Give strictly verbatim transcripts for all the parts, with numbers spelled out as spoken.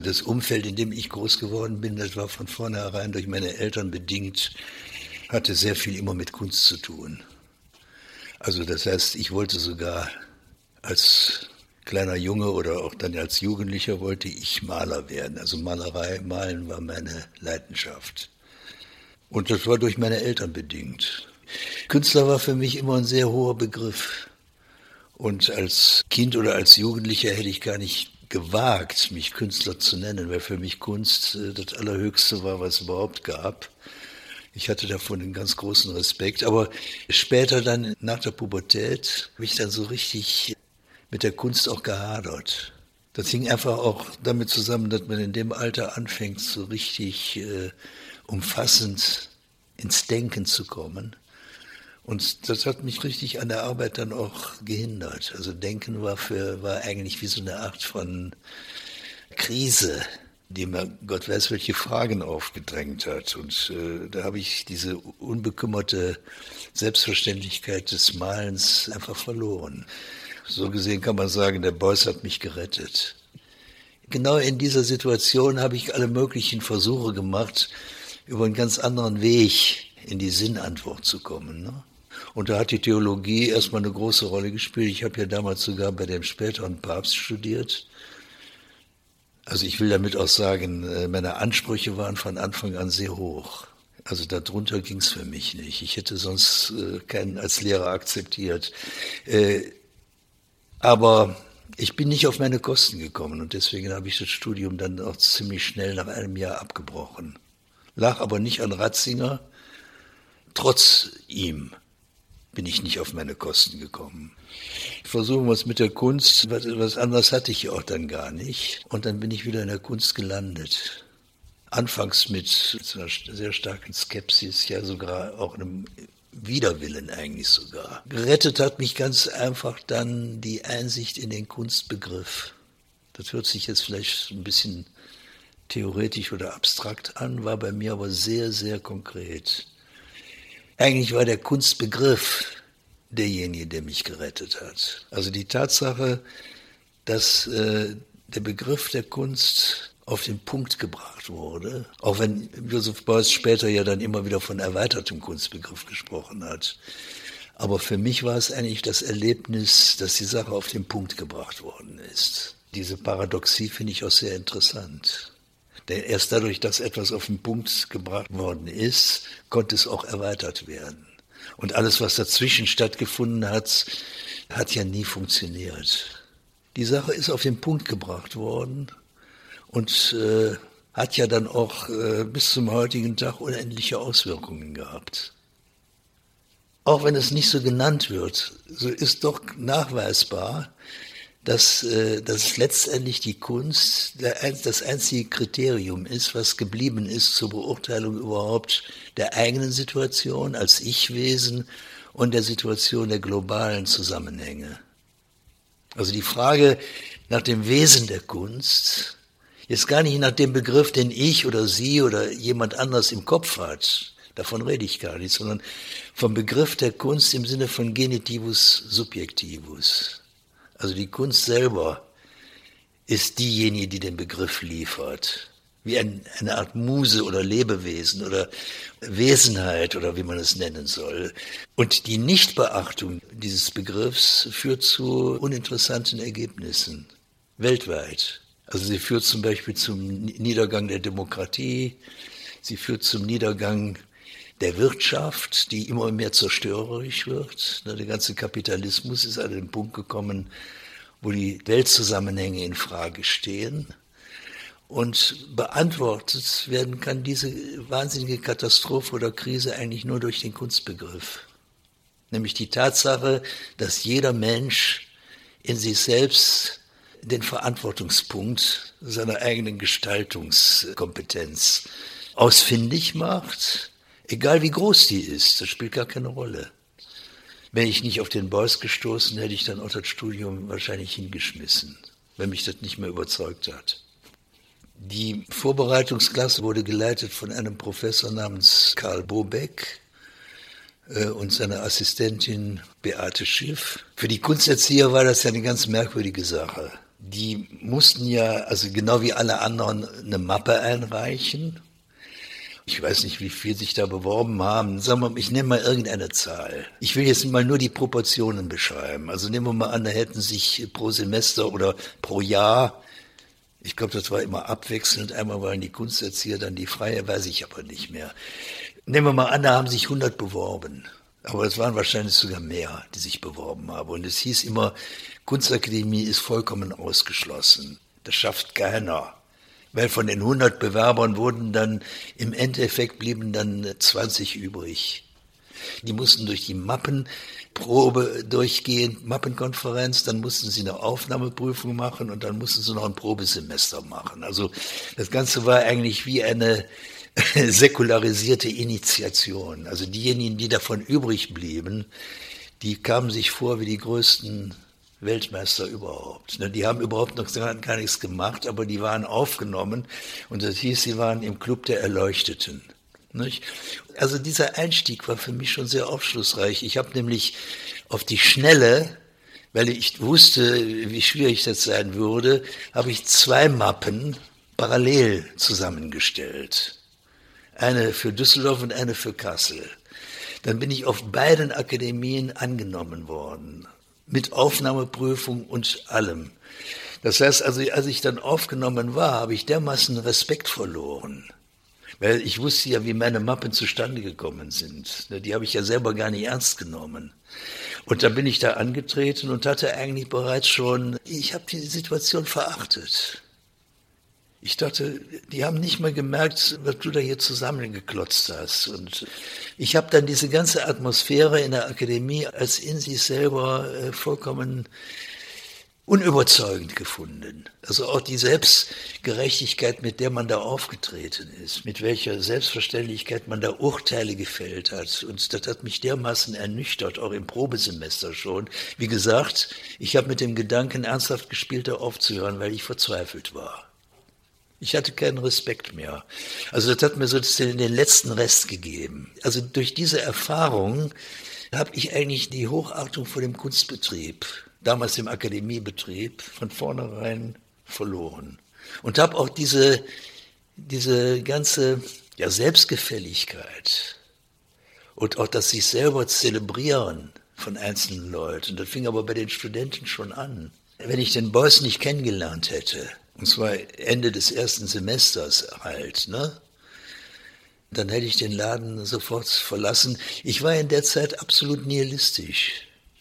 Das Umfeld, in dem ich groß geworden bin, das war von vornherein durch meine Eltern bedingt, hatte sehr viel immer mit Kunst zu tun. Also das heißt, ich wollte sogar als kleiner Junge oder auch dann als Jugendlicher wollte ich Maler werden. Also Malerei, Malen war meine Leidenschaft. Und das war durch meine Eltern bedingt. Künstler war für mich immer ein sehr hoher Begriff. Und als Kind oder als Jugendlicher hätte ich gar nicht gewagt, mich Künstler zu nennen, weil für mich Kunst das Allerhöchste war, was es überhaupt gab. Ich hatte davon einen ganz großen Respekt. Aber später dann, nach der Pubertät, habe ich dann so richtig mit der Kunst auch gehadert. Das hing einfach auch damit zusammen, dass man in dem Alter anfängt, so richtig äh, umfassend ins Denken zu kommen. Und das hat mich richtig an der Arbeit dann auch gehindert. Also Denken war für, war eigentlich wie so eine Art von Krise, die mir Gott weiß welche Fragen aufgedrängt hat. Und äh, da habe ich diese unbekümmerte Selbstverständlichkeit des Malens einfach verloren. So gesehen kann man sagen, der Beuys hat mich gerettet. Genau in dieser Situation habe ich alle möglichen Versuche gemacht, über einen ganz anderen Weg in die Sinnantwort zu kommen, ne? Und da hat die Theologie erstmal eine große Rolle gespielt. Ich habe ja damals sogar bei dem späteren Papst studiert. Also ich will damit auch sagen, meine Ansprüche waren von Anfang an sehr hoch. Also darunter ging es für mich nicht. Ich hätte sonst keinen als Lehrer akzeptiert. Aber ich bin nicht auf meine Kosten gekommen und deswegen habe ich das Studium dann auch ziemlich schnell nach einem Jahr abgebrochen. Lag aber nicht an Ratzinger. Trotz ihm bin ich nicht auf meine Kosten gekommen. Versuchen wir es mit der Kunst, was, was anderes hatte ich auch dann gar nicht. Und dann bin ich wieder in der Kunst gelandet. Anfangs mit einer sehr starken Skepsis, ja sogar auch einem Widerwillen eigentlich sogar. Gerettet hat mich ganz einfach dann die Einsicht in den Kunstbegriff. Das hört sich jetzt vielleicht ein bisschen theoretisch oder abstrakt an, war bei mir aber sehr, sehr konkret. Eigentlich war der Kunstbegriff derjenige, der mich gerettet hat. Also die Tatsache, dass äh, der Begriff der Kunst auf den Punkt gebracht wurde, auch wenn Joseph Beuys später ja dann immer wieder von erweitertem Kunstbegriff gesprochen hat. Aber für mich war es eigentlich das Erlebnis, dass die Sache auf den Punkt gebracht worden ist. Diese Paradoxie finde ich auch sehr interessant. Denn erst dadurch, dass etwas auf den Punkt gebracht worden ist, konnte es auch erweitert werden. Und alles, was dazwischen stattgefunden hat, hat ja nie funktioniert. Die Sache ist auf den Punkt gebracht worden und äh, hat ja dann auch äh, bis zum heutigen Tag unendliche Auswirkungen gehabt. Auch wenn es nicht so genannt wird, so ist doch nachweisbar, dass, äh, dass letztendlich die Kunst der, das einzige Kriterium ist, was geblieben ist zur Beurteilung überhaupt der eigenen Situation als Ich-Wesen und der Situation der globalen Zusammenhänge. Also die Frage nach dem Wesen der Kunst, jetzt gar nicht nach dem Begriff, den ich oder Sie oder jemand anders im Kopf hat, davon rede ich gar nicht, sondern vom Begriff der Kunst im Sinne von Genitivus Subjectivus. Also die Kunst selber ist diejenige, die den Begriff liefert, wie ein, eine Art Muse oder Lebewesen oder Wesenheit oder wie man es nennen soll. Und die Nichtbeachtung dieses Begriffs führt zu uninteressanten Ergebnissen weltweit. Also sie führt zum Beispiel zum Niedergang der Demokratie, sie führt zum Niedergang der Wirtschaft, die immer mehr zerstörerisch wird. Der ganze Kapitalismus ist an den Punkt gekommen, wo die Weltzusammenhänge in Frage stehen. Und beantwortet werden kann diese wahnsinnige Katastrophe oder Krise eigentlich nur durch den Kunstbegriff. Nämlich die Tatsache, dass jeder Mensch in sich selbst den Verantwortungspunkt seiner eigenen Gestaltungskompetenz ausfindig macht. Egal wie groß die ist, das spielt gar keine Rolle. Wäre ich nicht auf den Beuys gestoßen, hätte ich dann auch das Studium wahrscheinlich hingeschmissen, wenn mich das nicht mehr überzeugt hat. Die Vorbereitungsklasse wurde geleitet von einem Professor namens Karl Bobeck äh, und seiner Assistentin Beate Schiff. Für die Kunsterzieher war das ja eine ganz merkwürdige Sache. Die mussten ja, also genau wie alle anderen, eine Mappe einreichen. Ich weiß nicht, wie viel sich da beworben haben. Sagen wir mal, ich nehme mal irgendeine Zahl. Ich will jetzt mal nur die Proportionen beschreiben. Also nehmen wir mal an, da hätten sich pro Semester oder pro Jahr, ich glaube, das war immer abwechselnd, einmal waren die Kunsterzieher, dann die Freie, weiß ich aber nicht mehr. Nehmen wir mal an, da haben sich hundert beworben. Aber es waren wahrscheinlich sogar mehr, die sich beworben haben. Und es hieß immer, Kunstakademie ist vollkommen ausgeschlossen. Das schafft keiner. Weil von den hundert Bewerbern wurden dann, im Endeffekt blieben dann zwanzig übrig. Die mussten durch die Mappenprobe durchgehen, Mappenkonferenz, dann mussten sie eine Aufnahmeprüfung machen und dann mussten sie noch ein Probesemester machen. Also das Ganze war eigentlich wie eine säkularisierte Initiation. Also diejenigen, die davon übrig blieben, die kamen sich vor wie die größten Weltmeister überhaupt. Die haben überhaupt noch gar nichts gemacht, aber die waren aufgenommen und das hieß, sie waren im Club der Erleuchteten. Also dieser Einstieg war für mich schon sehr aufschlussreich. Ich habe nämlich auf die Schnelle, weil ich wusste, wie schwierig das sein würde, habe ich zwei Mappen parallel zusammengestellt. Eine für Düsseldorf und eine für Kassel. Dann bin ich auf beiden Akademien angenommen worden. Mit Aufnahmeprüfung und allem. Das heißt, also, als ich dann aufgenommen war, habe ich dermaßen Respekt verloren. Weil ich wusste ja, wie meine Mappen zustande gekommen sind. Die habe ich ja selber gar nicht ernst genommen. Und dann bin ich da angetreten und hatte eigentlich bereits schon, ich habe die Situation verachtet. Ich dachte, die haben nicht mal gemerkt, was du da hier zusammengeklotzt hast. Und ich habe dann diese ganze Atmosphäre in der Akademie als in sich selber äh, vollkommen unüberzeugend gefunden. Also auch die Selbstgerechtigkeit, mit der man da aufgetreten ist, mit welcher Selbstverständlichkeit man da Urteile gefällt hat. Und das hat mich dermaßen ernüchtert, auch im Probesemester schon. Wie gesagt, ich habe mit dem Gedanken ernsthaft gespielt, da aufzuhören, weil ich verzweifelt war. Ich hatte keinen Respekt mehr. Also das hat mir sozusagen den letzten Rest gegeben. Also durch diese Erfahrung habe ich eigentlich die Hochachtung vor dem Kunstbetrieb, damals dem Akademiebetrieb, von vornherein verloren. Und habe auch diese, diese ganze ja, Selbstgefälligkeit und auch das sich selber zelebrieren von einzelnen Leuten, das fing aber bei den Studenten schon an. Wenn ich den Beuys nicht kennengelernt hätte, und zwar Ende des ersten Semesters halt, ne? Dann hätte ich den Laden sofort verlassen. Ich war in der Zeit absolut nihilistisch.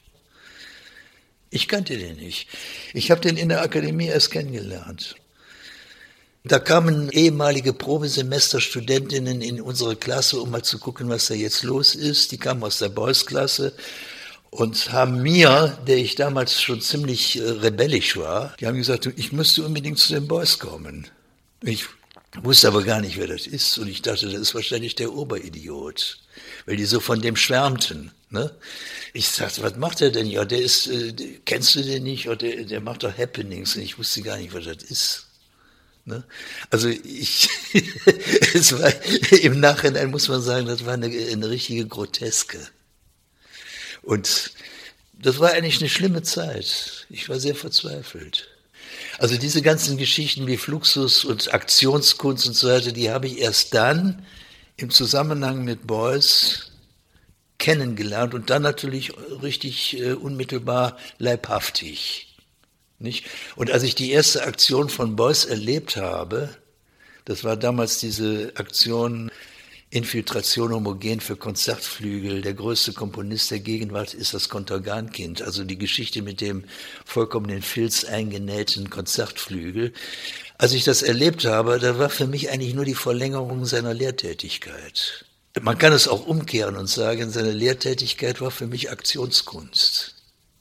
Ich kannte den nicht. Ich habe den in der Akademie erst kennengelernt. Da kamen ehemalige Probesemesterstudentinnen in unsere Klasse, um mal zu gucken, was da jetzt los ist. Die kamen aus der Beuys-Klasse. Und haben mir, der ich damals schon ziemlich äh, rebellisch war, die haben gesagt, ich müsste unbedingt zu den Beuys kommen. Ich wusste aber gar nicht, wer das ist. Und ich dachte, das ist wahrscheinlich der Oberidiot, weil die so von dem schwärmten. Ne? Ich sagte, was macht er denn? Ja, der ist, äh, kennst du den nicht? Oder der, der macht doch Happenings. Und ich wusste gar nicht, was das ist. Ne? Also ich, es war, im Nachhinein muss man sagen, das war eine, eine richtige Groteske. Und das war eigentlich eine schlimme Zeit. Ich war sehr verzweifelt. Also diese ganzen Geschichten wie Fluxus und Aktionskunst und so weiter, die habe ich erst dann im Zusammenhang mit Beuys kennengelernt und dann natürlich richtig äh, unmittelbar leibhaftig. Nicht? Und als ich die erste Aktion von Beuys erlebt habe, das war damals diese Aktion Infiltration homogen für Konzertflügel. Der größte Komponist der Gegenwart ist das Kontergan-Kind, also die Geschichte mit dem vollkommen in Filz eingenähten Konzertflügel. Als ich das erlebt habe, da war für mich eigentlich nur die Verlängerung seiner Lehrtätigkeit. Man kann es auch umkehren und sagen, seine Lehrtätigkeit war für mich Aktionskunst.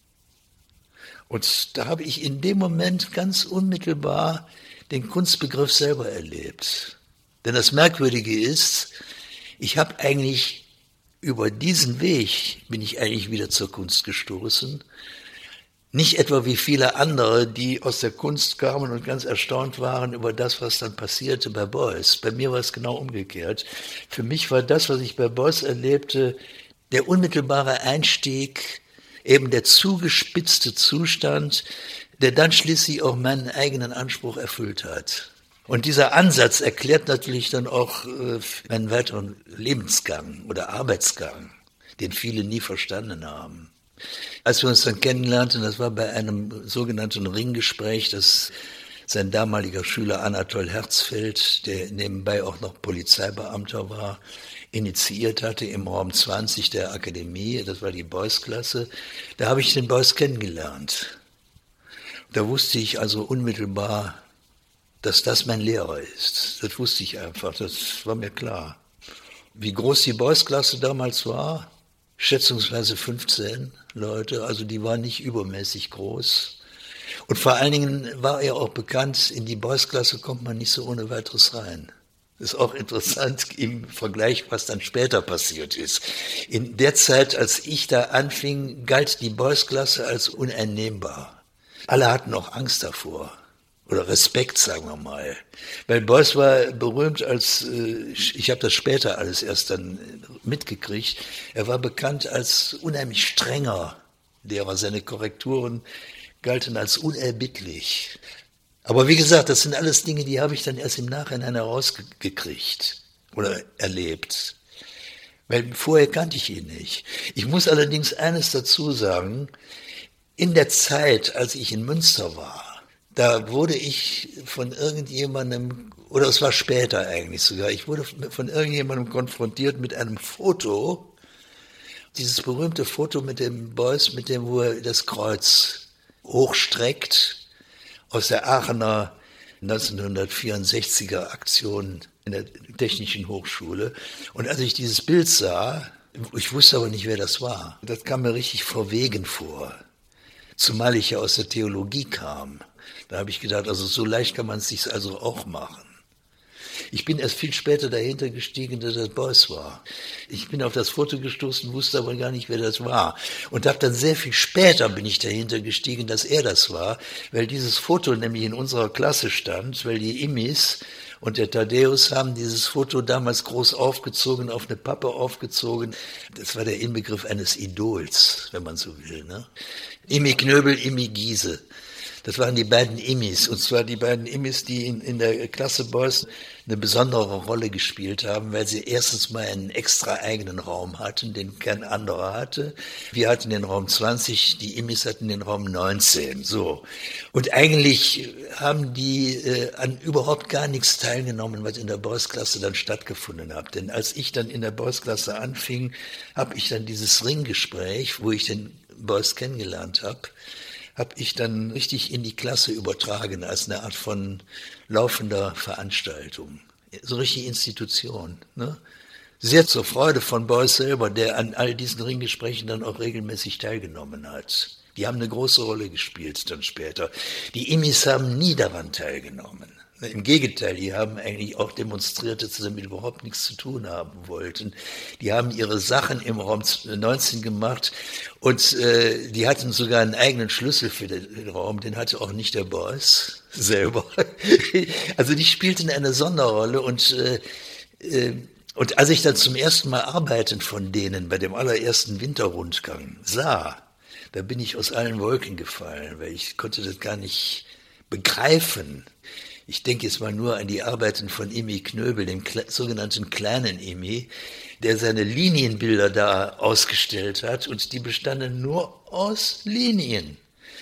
Und da habe ich in dem Moment ganz unmittelbar den Kunstbegriff selber erlebt. Denn das Merkwürdige ist, ich habe eigentlich über diesen Weg, bin ich eigentlich wieder zur Kunst gestoßen. Nicht etwa wie viele andere, die aus der Kunst kamen und ganz erstaunt waren über das, was dann passierte bei Beuys. Bei mir war es genau umgekehrt. Für mich war das, was ich bei Beuys erlebte, der unmittelbare Einstieg, eben der zugespitzte Zustand, der dann schließlich auch meinen eigenen Anspruch erfüllt hat. Und dieser Ansatz erklärt natürlich dann auch äh, meinen weiteren Lebensgang oder Arbeitsgang, den viele nie verstanden haben. Als wir uns dann kennenlernten, das war bei einem sogenannten Ringgespräch, das sein damaliger Schüler Anatol Herzfeld, der nebenbei auch noch Polizeibeamter war, initiiert hatte im Raum zwanzig der Akademie, das war die Beuys-Klasse, da habe ich den Beuys kennengelernt. Da wusste ich also unmittelbar, dass das mein Lehrer ist. Das wusste ich einfach, das war mir klar. Wie groß die Beuys-Klasse damals war, schätzungsweise fünfzehn Leute, also die war nicht übermäßig groß. Und vor allen Dingen war er auch bekannt, in die Beuys-Klasse kommt man nicht so ohne weiteres rein. Das ist auch interessant im Vergleich, was dann später passiert ist. In der Zeit, als ich da anfing, galt die Beuys-Klasse als uneinnehmbar. Alle hatten auch Angst davor. Oder Respekt, sagen wir mal. Weil Beuys war berühmt als, ich habe das später alles erst dann mitgekriegt, er war bekannt als unheimlich strenger Lehrer. Seine Korrekturen galten als unerbittlich. Aber wie gesagt, das sind alles Dinge, die habe ich dann erst im Nachhinein herausgekriegt oder erlebt. Weil vorher kannte ich ihn nicht. Ich muss allerdings eines dazu sagen, in der Zeit, als ich in Münster war, da wurde ich von irgendjemandem, oder es war später eigentlich sogar, ich wurde von irgendjemandem konfrontiert mit einem Foto, dieses berühmte Foto mit dem Beuys, mit dem, wo er das Kreuz hochstreckt, aus der Aachener neunzehnhundertvierundsechziger Aktion in der Technischen Hochschule. Und als ich dieses Bild sah, ich wusste aber nicht, wer das war. Das kam mir richtig verwegen vor, zumal ich ja aus der Theologie kam. Da habe ich gedacht, also so leicht kann man es sich also auch machen. Ich bin erst viel später dahinter gestiegen, dass das Beuys war. Ich bin auf das Foto gestoßen, wusste aber gar nicht, wer das war. Und habe dann sehr viel später bin ich dahinter gestiegen, dass er das war, weil dieses Foto nämlich in unserer Klasse stand, weil die Immis und der Thaddäus haben dieses Foto damals groß aufgezogen, auf eine Pappe aufgezogen. Das war der Inbegriff eines Idols, wenn man so will, ne? Immi Knöbel, Immi Giese. Das waren die beiden Immis, und zwar die beiden Immis, die in, in der Klasse Beuys eine besondere Rolle gespielt haben, weil sie erstens mal einen extra eigenen Raum hatten, den kein anderer hatte. Wir hatten den Raum zwanzig, die Immis hatten den Raum neunzehn, so. Und eigentlich haben die äh, an überhaupt gar nichts teilgenommen, was in der Beuys-Klasse dann stattgefunden hat. Denn als ich dann in der Beuys-Klasse anfing, habe ich dann dieses Ringgespräch, wo ich den Beuys kennengelernt habe, habe ich dann richtig in die Klasse übertragen, als eine Art von laufender Veranstaltung. So richtig Institution, ne? Sehr zur Freude von Beuys selber, der an all diesen Ringgesprächen dann auch regelmäßig teilgenommen hat. Die haben eine große Rolle gespielt dann später. Die Immis haben nie daran teilgenommen. Im Gegenteil, die haben eigentlich auch demonstriert, dass sie damit überhaupt nichts zu tun haben wollten. Die haben ihre Sachen im Raum neunzehn gemacht und äh, die hatten sogar einen eigenen Schlüssel für den, den Raum, den hatte auch nicht der Beuys selber. Also die spielten eine Sonderrolle und äh, äh, und als ich dann zum ersten Mal Arbeiten von denen bei dem allerersten Winterrundgang sah, da bin ich aus allen Wolken gefallen, weil ich konnte das gar nicht begreifen. Ich denke jetzt mal nur an die Arbeiten von Immi Knöbel, dem sogenannten kleinen Immi, der seine Linienbilder da ausgestellt hat, und die bestanden nur aus Linien.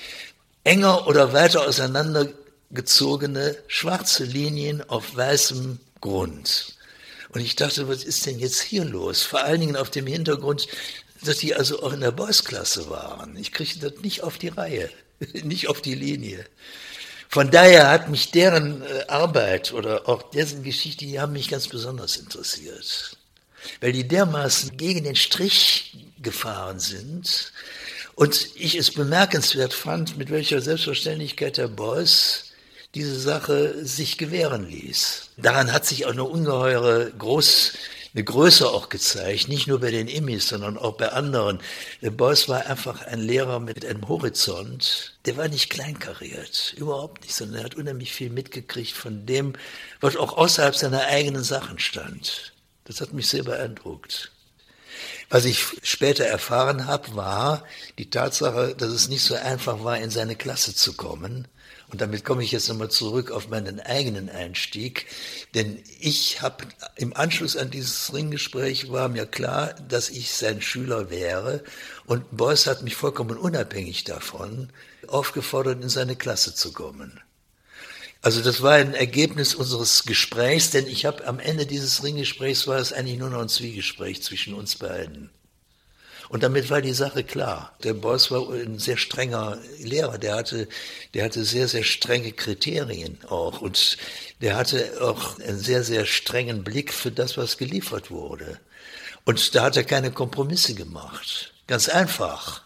Enger oder weiter auseinandergezogene schwarze Linien auf weißem Grund. Und ich dachte, was ist denn jetzt hier los? Vor allen Dingen auf dem Hintergrund, dass die also auch in der Beuys-Klasse waren. Ich kriegte das nicht auf die Reihe, nicht auf die Linie. Von daher hat mich deren Arbeit oder auch dessen Geschichte, die haben mich ganz besonders interessiert. Weil die dermaßen gegen den Strich gefahren sind und ich es bemerkenswert fand, mit welcher Selbstverständlichkeit der Beuys diese Sache sich gewähren ließ. Daran hat sich auch eine ungeheure Groß, eine Größe auch gezeigt, nicht nur bei den Immis, sondern auch bei anderen. Der Beuys war einfach ein Lehrer mit einem Horizont, der war nicht kleinkariert, überhaupt nicht, sondern er hat unheimlich viel mitgekriegt von dem, was auch außerhalb seiner eigenen Sachen stand. Das hat mich sehr beeindruckt. Was ich später erfahren habe, war die Tatsache, dass es nicht so einfach war, in seine Klasse zu kommen. Und damit komme ich jetzt nochmal zurück auf meinen eigenen Einstieg. Denn ich habe im Anschluss an dieses Ringgespräch war mir klar, dass ich sein Schüler wäre. Und Beuys hat mich vollkommen unabhängig davon aufgefordert, in seine Klasse zu kommen. Also das war ein Ergebnis unseres Gesprächs, denn ich habe am Ende dieses Ringgesprächs war es eigentlich nur noch ein Zwiegespräch zwischen uns beiden. Und damit war die Sache klar. Der Beuys war ein sehr strenger Lehrer, der hatte, der hatte sehr, sehr strenge Kriterien auch und der hatte auch einen sehr, sehr strengen Blick für das, was geliefert wurde. Und da hat er keine Kompromisse gemacht. Ganz einfach.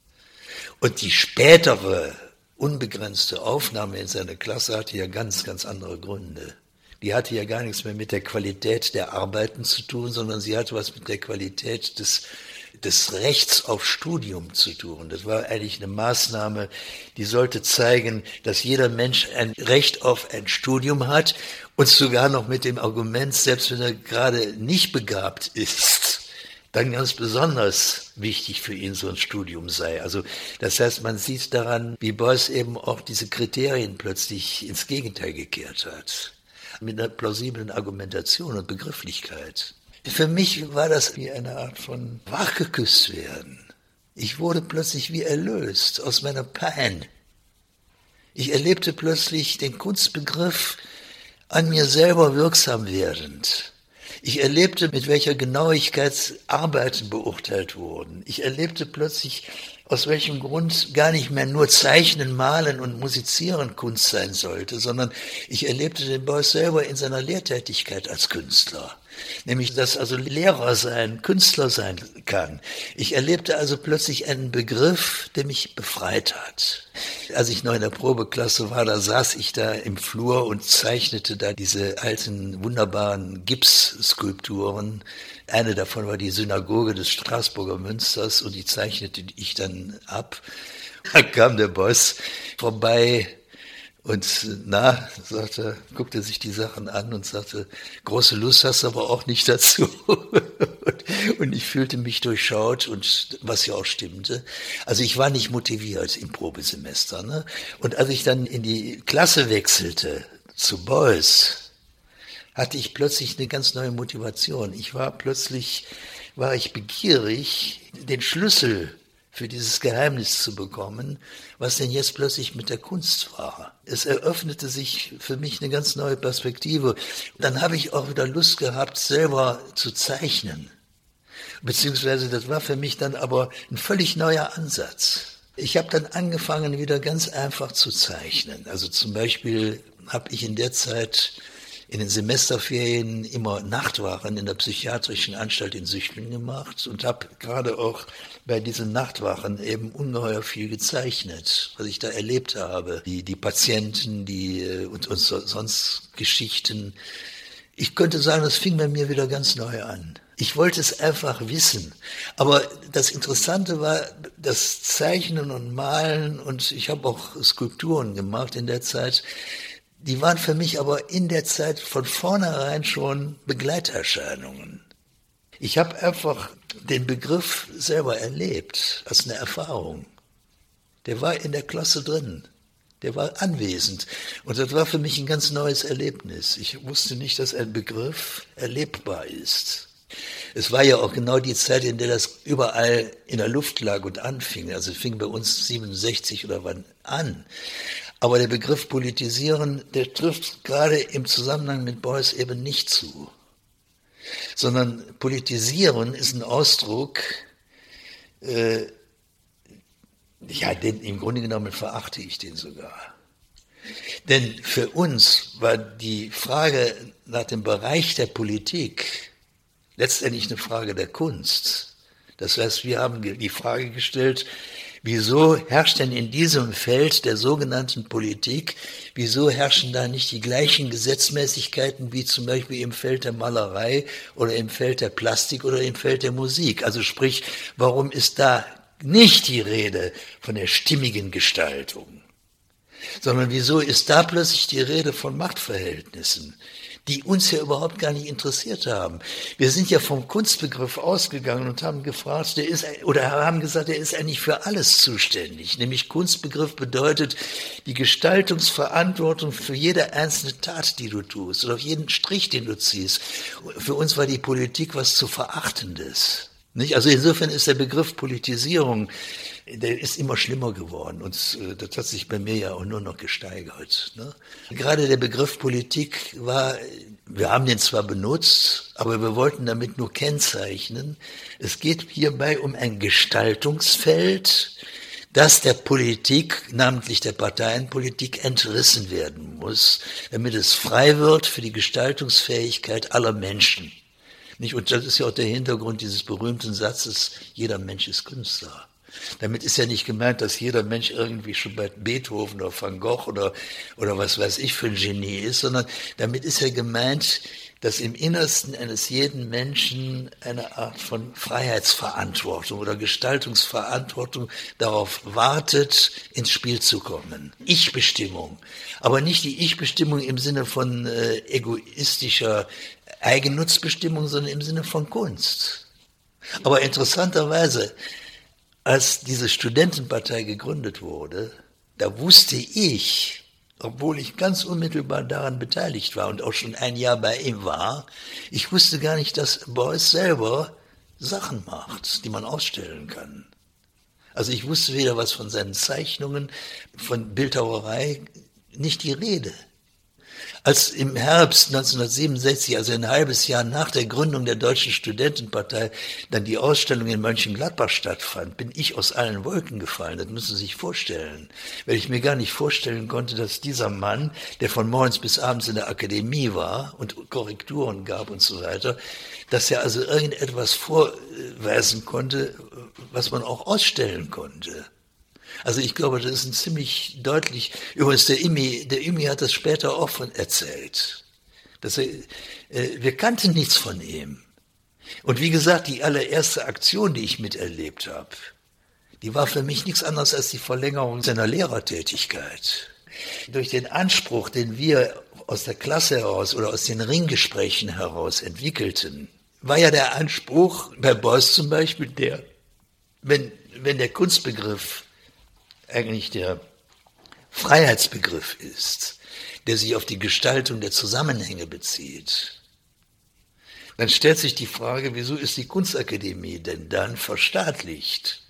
Und die spätere unbegrenzte Aufnahme in seine Klasse hatte ja ganz, ganz andere Gründe. Die hatte ja gar nichts mehr mit der Qualität der Arbeiten zu tun, sondern sie hatte was mit der Qualität des, des Rechts auf Studium zu tun. Das war eigentlich eine Maßnahme, die sollte zeigen, dass jeder Mensch ein Recht auf ein Studium hat und sogar noch mit dem Argument, selbst wenn er gerade nicht begabt ist, dann ganz besonders wichtig für ihn so ein Studium sei. Also das heißt, man sieht daran, wie Beuys eben auch diese Kriterien plötzlich ins Gegenteil gekehrt hat. Mit einer plausiblen Argumentation und Begrifflichkeit. Für mich war das wie eine Art von wachgeküsst werden. Ich wurde plötzlich wie erlöst aus meiner Pein. Ich erlebte plötzlich den Kunstbegriff an mir selber wirksam werdend. Ich erlebte, mit welcher Genauigkeit Arbeiten beurteilt wurden. Ich erlebte plötzlich, aus welchem Grund gar nicht mehr nur Zeichnen, Malen und Musizieren Kunst sein sollte, sondern ich erlebte den Beuys selber in seiner Lehrtätigkeit als Künstler. Nämlich, dass also Lehrer sein, Künstler sein kann. Ich erlebte also plötzlich einen Begriff, der mich befreit hat. Als ich noch in der Probeklasse war, da saß ich da im Flur und zeichnete da diese alten, wunderbaren Gipsskulpturen. Eine davon war die Synagoge des Straßburger Münsters und die zeichnete ich dann ab. Da kam der Beuys vorbei. Und na, sagte, guckte sich die Sachen an und sagte, große Lust hast du aber auch nicht dazu. Und ich fühlte mich durchschaut und was ja auch stimmte. Also ich war nicht motiviert im Probesemester. Ne? Und als ich dann in die Klasse wechselte zu Beuys, hatte ich plötzlich eine ganz neue Motivation. Ich war plötzlich, war ich begierig, den Schlüssel für dieses Geheimnis zu bekommen, was denn jetzt plötzlich mit der Kunst war. Es eröffnete sich für mich eine ganz neue Perspektive. Dann habe ich auch wieder Lust gehabt, selber zu zeichnen. Beziehungsweise das war für mich dann aber ein völlig neuer Ansatz. Ich habe dann angefangen, wieder ganz einfach zu zeichnen. Also zum Beispiel habe ich in der Zeit in den Semesterferien immer Nachtwachen in der psychiatrischen Anstalt in Süchtlingen gemacht und habe gerade auch bei diesen Nachtwachen eben ungeheuer viel gezeichnet, was ich da erlebt habe. Die, die Patienten, die und, und so, sonst Geschichten. Ich könnte sagen, das fing bei mir wieder ganz neu an. Ich wollte es einfach wissen. Aber das Interessante war, das Zeichnen und Malen, und ich habe auch Skulpturen gemacht in der Zeit, die waren für mich aber in der Zeit von vornherein schon Begleiterscheinungen. Ich habe einfach den Begriff selber erlebt, als eine Erfahrung. Der war in der Klasse drin, der war anwesend. Und das war für mich ein ganz neues Erlebnis. Ich wusste nicht, dass ein Begriff erlebbar ist. Es war ja auch genau die Zeit, in der das überall in der Luft lag und anfing. Also es fing bei uns siebenundsechzig oder wann an. Aber der Begriff politisieren, der trifft gerade im Zusammenhang mit Beuys eben nicht zu. Sondern politisieren ist ein Ausdruck, äh, ja, den, im Grunde genommen verachte ich den sogar. Denn für uns war die Frage nach dem Bereich der Politik letztendlich eine Frage der Kunst. Das heißt, wir haben die Frage gestellt, wieso herrscht denn in diesem Feld der sogenannten Politik, wieso herrschen da nicht die gleichen Gesetzmäßigkeiten wie zum Beispiel im Feld der Malerei oder im Feld der Plastik oder im Feld der Musik? Also sprich, warum ist da nicht die Rede von der stimmigen Gestaltung, sondern wieso ist da plötzlich die Rede von Machtverhältnissen, die uns ja überhaupt gar nicht interessiert haben. Wir sind ja vom Kunstbegriff ausgegangen und haben gefragt, der ist, oder haben gesagt, er ist eigentlich für alles zuständig. Nämlich Kunstbegriff bedeutet die Gestaltungsverantwortung für jede einzelne Tat, die du tust, oder auf jeden Strich, den du ziehst. Für uns war die Politik was zu Verachtendes. Nicht? Also insofern ist der Begriff Politisierung, der ist immer schlimmer geworden und äh, das hat sich bei mir ja auch nur noch gesteigert. Ne? Gerade der Begriff Politik war, wir haben den zwar benutzt, aber wir wollten damit nur kennzeichnen, es geht hierbei um ein Gestaltungsfeld, das der Politik, namentlich der Parteienpolitik, entrissen werden muss, damit es frei wird für die Gestaltungsfähigkeit aller Menschen. Nicht? Und das ist ja auch der Hintergrund dieses berühmten Satzes, jeder Mensch ist Künstler. Damit ist ja nicht gemeint, dass jeder Mensch irgendwie schon bei Beethoven oder Van Gogh oder, oder was weiß ich für ein Genie ist, sondern damit ist ja gemeint, dass im Innersten eines jeden Menschen eine Art von Freiheitsverantwortung oder Gestaltungsverantwortung darauf wartet, ins Spiel zu kommen. Ich-Bestimmung. Aber nicht die Ich-Bestimmung im Sinne von äh, egoistischer Eigennutzbestimmung, sondern im Sinne von Kunst. Aber interessanterweise, als diese Studentenpartei gegründet wurde, da wusste ich, obwohl ich ganz unmittelbar daran beteiligt war und auch schon ein Jahr bei ihm war, ich wusste gar nicht, dass Beuys selber Sachen macht, die man ausstellen kann. Also ich wusste weder was von seinen Zeichnungen, von Bildhauerei, nicht die Rede. Als im Herbst neunzehnhundertsiebenundsechzig, also ein halbes Jahr nach der Gründung der Deutschen Studentenpartei, dann die Ausstellung in Mönchengladbach stattfand, bin ich aus allen Wolken gefallen. Das müssen Sie sich vorstellen. Weil ich mir gar nicht vorstellen konnte, dass dieser Mann, der von morgens bis abends in der Akademie war und Korrekturen gab und so weiter, dass er also irgendetwas vorweisen konnte, was man auch ausstellen konnte. Also ich glaube, das ist ein ziemlich deutlich, übrigens der Imi, der Imi hat das später auch von erzählt. Dass er, äh, wir kannten nichts von ihm. Und wie gesagt, die allererste Aktion, die ich miterlebt habe, die war für mich nichts anderes als die Verlängerung seiner Lehrertätigkeit. Durch den Anspruch, den wir aus der Klasse heraus oder aus den Ringgesprächen heraus entwickelten, war ja der Anspruch bei Beuys zum Beispiel der, wenn, wenn der Kunstbegriff eigentlich der Freiheitsbegriff ist, der sich auf die Gestaltung der Zusammenhänge bezieht, dann stellt sich die Frage, wieso ist die Kunstakademie denn dann verstaatlicht?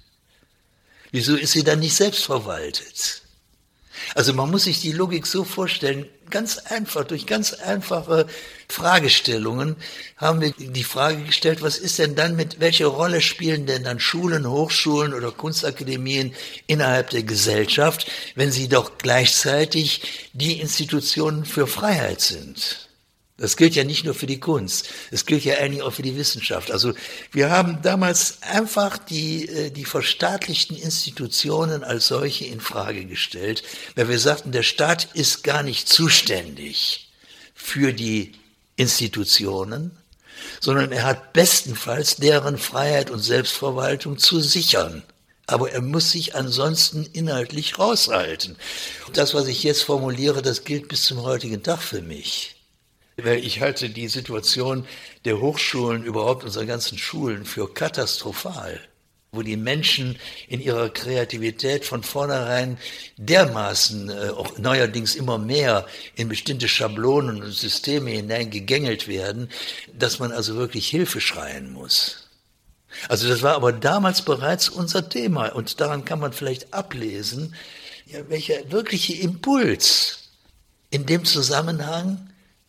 Wieso ist sie dann nicht selbstverwaltet? Also man muss sich die Logik so vorstellen, ganz einfach, durch ganz einfache Fragestellungen haben wir die Frage gestellt, was ist denn dann mit, welche Rolle spielen denn dann Schulen, Hochschulen oder Kunstakademien innerhalb der Gesellschaft, wenn sie doch gleichzeitig die Institutionen für Freiheit sind? Das gilt ja nicht nur für die Kunst, es gilt ja eigentlich auch für die Wissenschaft. Also wir haben damals einfach die, die verstaatlichten Institutionen als solche in Frage gestellt, weil wir sagten, der Staat ist gar nicht zuständig für die Institutionen, sondern er hat bestenfalls deren Freiheit und Selbstverwaltung zu sichern. Aber er muss sich ansonsten inhaltlich raushalten. Das, was ich jetzt formuliere, das gilt bis zum heutigen Tag für mich. Weil ich halte die Situation der Hochschulen, überhaupt unserer ganzen Schulen, für katastrophal, wo die Menschen in ihrer Kreativität von vornherein dermaßen, äh, auch neuerdings immer mehr, in bestimmte Schablonen und Systeme hineingegängelt werden, dass man also wirklich Hilfe schreien muss. Also das war aber damals bereits unser Thema und daran kann man vielleicht ablesen, ja, welcher wirkliche Impuls in dem Zusammenhang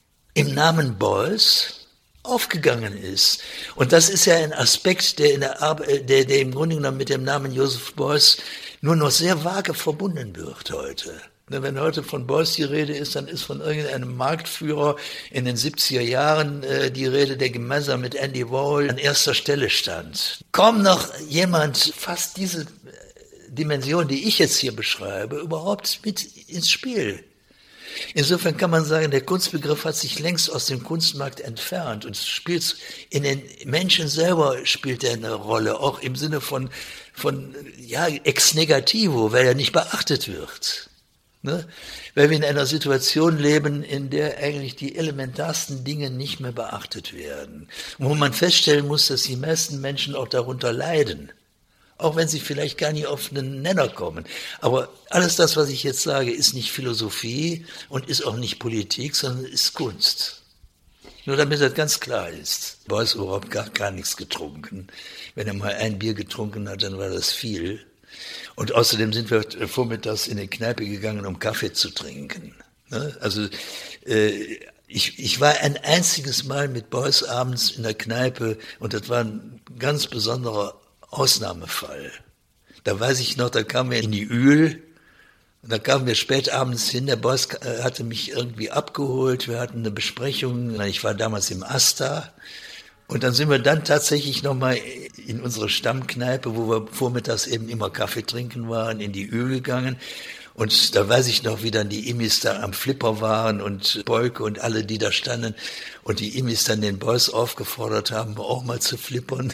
im Namen Beuys aufgegangen ist. Und das ist ja ein Aspekt, der, in der, Arbeit, der, der im Grunde genommen mit dem Namen Joseph Beuys nur noch sehr vage verbunden wird heute. Wenn heute von Beuys die Rede ist, dann ist von irgendeinem Marktführer in den siebziger Jahren äh, die Rede, der gemeinsam mit Andy Warhol an erster Stelle stand. Kaum noch jemand fasst diese Dimension, die ich jetzt hier beschreibe, überhaupt mit ins Spiel. Insofern kann man sagen, der Kunstbegriff hat sich längst aus dem Kunstmarkt entfernt und spielt in den Menschen selber spielt er eine Rolle, auch im Sinne von, von ja, ex negativo, weil er nicht beachtet wird. Ne? Weil wir in einer Situation leben, in der eigentlich die elementarsten Dinge nicht mehr beachtet werden. Und wo man feststellen muss, dass die meisten Menschen auch darunter leiden. Auch wenn sie vielleicht gar nicht auf einen Nenner kommen. Aber alles das, was ich jetzt sage, ist nicht Philosophie und ist auch nicht Politik, sondern ist Kunst. Nur damit das ganz klar ist. Beuys überhaupt gar, gar nichts getrunken. Wenn er mal ein Bier getrunken hat, dann war das viel. Und außerdem sind wir vormittags in die Kneipe gegangen, um Kaffee zu trinken. Also äh, ich, ich war ein einziges Mal mit Beuys abends in der Kneipe und das war ein ganz besonderer Ausnahmefall. Da weiß ich noch, da kamen wir in die Ühl und da kamen wir spät abends hin. Der Beuys hatte mich irgendwie abgeholt, wir hatten eine Besprechung. Ich war damals im Asta. Und dann sind wir dann tatsächlich nochmal in unsere Stammkneipe, wo wir vormittags eben immer Kaffee trinken waren, in die Ühl gegangen. Und da weiß ich noch, wie dann die Immis da am Flipper waren und Bolke und alle, die da standen. Und die Immis dann den Beuys aufgefordert haben, auch mal zu flippern.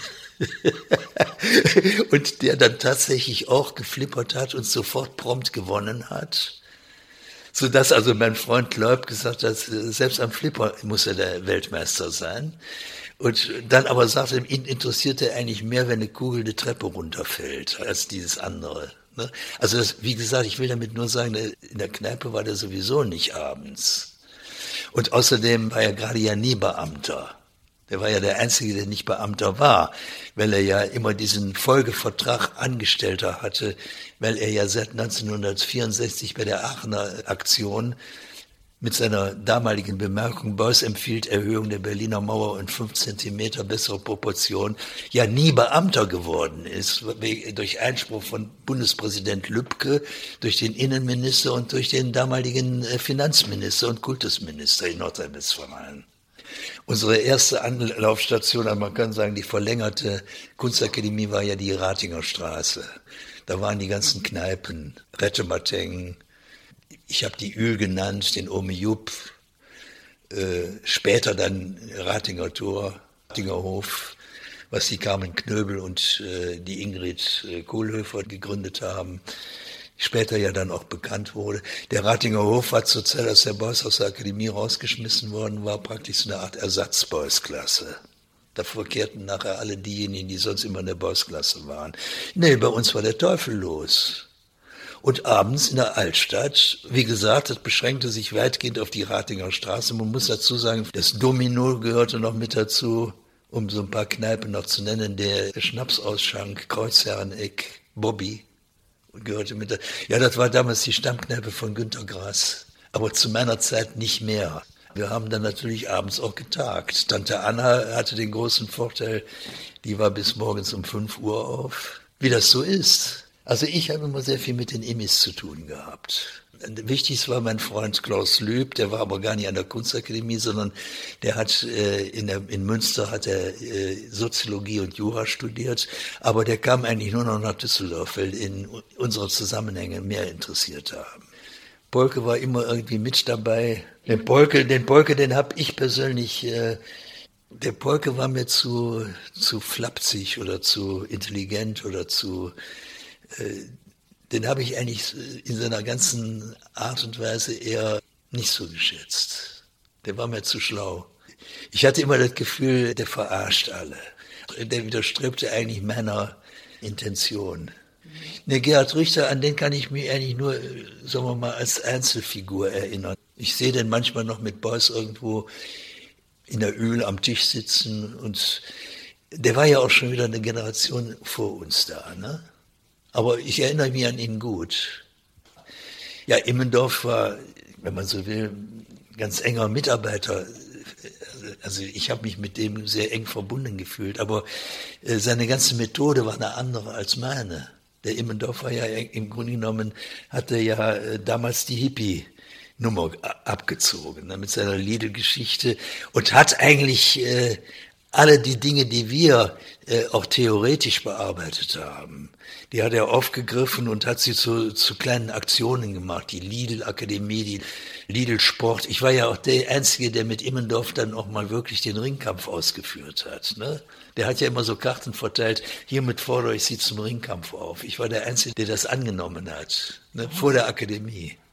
Und der dann tatsächlich auch geflippert hat und sofort prompt gewonnen hat. Sodass also mein Freund Leub gesagt hat, selbst am Flipper muss er der Weltmeister sein. Und dann aber sagte, ihn interessierte eigentlich mehr, wenn eine Kugel die Treppe runterfällt, als dieses andere. Also das, wie gesagt, ich will damit nur sagen, in der Kneipe war der sowieso nicht abends. Und außerdem war er gerade ja nie Beamter. Der war ja der Einzige, der nicht Beamter war, weil er ja immer diesen Folgevertrag Angestellter hatte, weil er ja seit neunzehnhundertvierundsechzig bei der Aachener Aktion mit seiner damaligen Bemerkung, Beuys empfiehlt Erhöhung der Berliner Mauer in fünf Zentimeter bessere Proportion, ja nie Beamter geworden ist, durch Einspruch von Bundespräsident Lübke, durch den Innenminister und durch den damaligen Finanzminister und Kultusminister in Nordrhein-Westfalen. Unsere erste Anlaufstation, also man kann sagen, die verlängerte Kunstakademie war ja die Ratinger Straße. Da waren die ganzen Kneipen, Rettemateng, ich habe die Ühl genannt, den Ome Jupp, äh, später dann Ratinger Tor, Ratinger Hof, was die Carmen Knöbel und äh, die Ingrid äh, Kohlhöfer gegründet haben, später ja dann auch bekannt wurde. Der Ratinger Hof war zur Zeit, als der Beuys aus der Akademie rausgeschmissen worden war, praktisch so eine Art Ersatz-Beuys-Klasse. Da verkehrten nachher alle diejenigen, die sonst immer in der Beuys-Klasse waren. Nee, bei uns war der Teufel los. Und abends in der Altstadt, wie gesagt, das beschränkte sich weitgehend auf die Ratinger Straße. Man muss dazu sagen, das Domino gehörte noch mit dazu, um so ein paar Kneipen noch zu nennen. Der Schnapsausschank, Kreuzherreneck, Bobby gehörte mit dazu. Ja, das war damals die Stammkneipe von Günter Grass, aber zu meiner Zeit nicht mehr. Wir haben dann natürlich abends auch getagt. Tante Anna hatte den großen Vorteil, die war bis morgens um fünf Uhr auf, wie das so ist. Also ich habe immer sehr viel mit den Immis zu tun gehabt. Wichtig war mein Freund Klaus Lüb, der war aber gar nicht an der Kunstakademie, sondern der hat äh, in, der, in Münster hat er äh, Soziologie und Jura studiert, aber der kam eigentlich nur noch nach Düsseldorf, weil ihn unsere Zusammenhänge mehr interessiert haben. Bolke war immer irgendwie mit dabei. Den Bolke, den Bolke, den habe ich persönlich, äh, der Bolke war mir zu, zu flapsig oder zu intelligent oder zu den habe ich eigentlich in seiner ganzen Art und Weise eher nicht so geschätzt. Der war mir zu schlau. Ich hatte immer das Gefühl, der verarscht alle. Der widerstrebte eigentlich meiner Intention. Der Gerhard Richter, an den kann ich mich eigentlich nur, sagen wir mal, als Einzelfigur erinnern. Ich sehe den manchmal noch mit Beuys irgendwo in der Ühl am Tisch sitzen und der war ja auch schon wieder eine Generation vor uns da, ne? Aber ich erinnere mich an ihn gut. Ja, Immendorf war, wenn man so will, ganz enger Mitarbeiter. Also ich habe mich mit dem sehr eng verbunden gefühlt, aber seine ganze Methode war eine andere als meine. Der Immendorf war ja im Grunde genommen, hatte ja damals die Hippie-Nummer abgezogen, ne, mit seiner Lidl-Geschichte und hat eigentlich äh, alle die Dinge, die wir äh, auch theoretisch bearbeitet haben, die hat er aufgegriffen und hat sie zu, zu kleinen Aktionen gemacht. Die Lidl-Akademie, die Lidl-Sport. Ich war ja auch der Einzige, der mit Immendorf dann auch mal wirklich den Ringkampf ausgeführt hat. Ne? Der hat ja immer so Karten verteilt, hiermit fordere ich Sie zum Ringkampf auf. Ich war der Einzige, der das angenommen hat, ne? Vor der Akademie.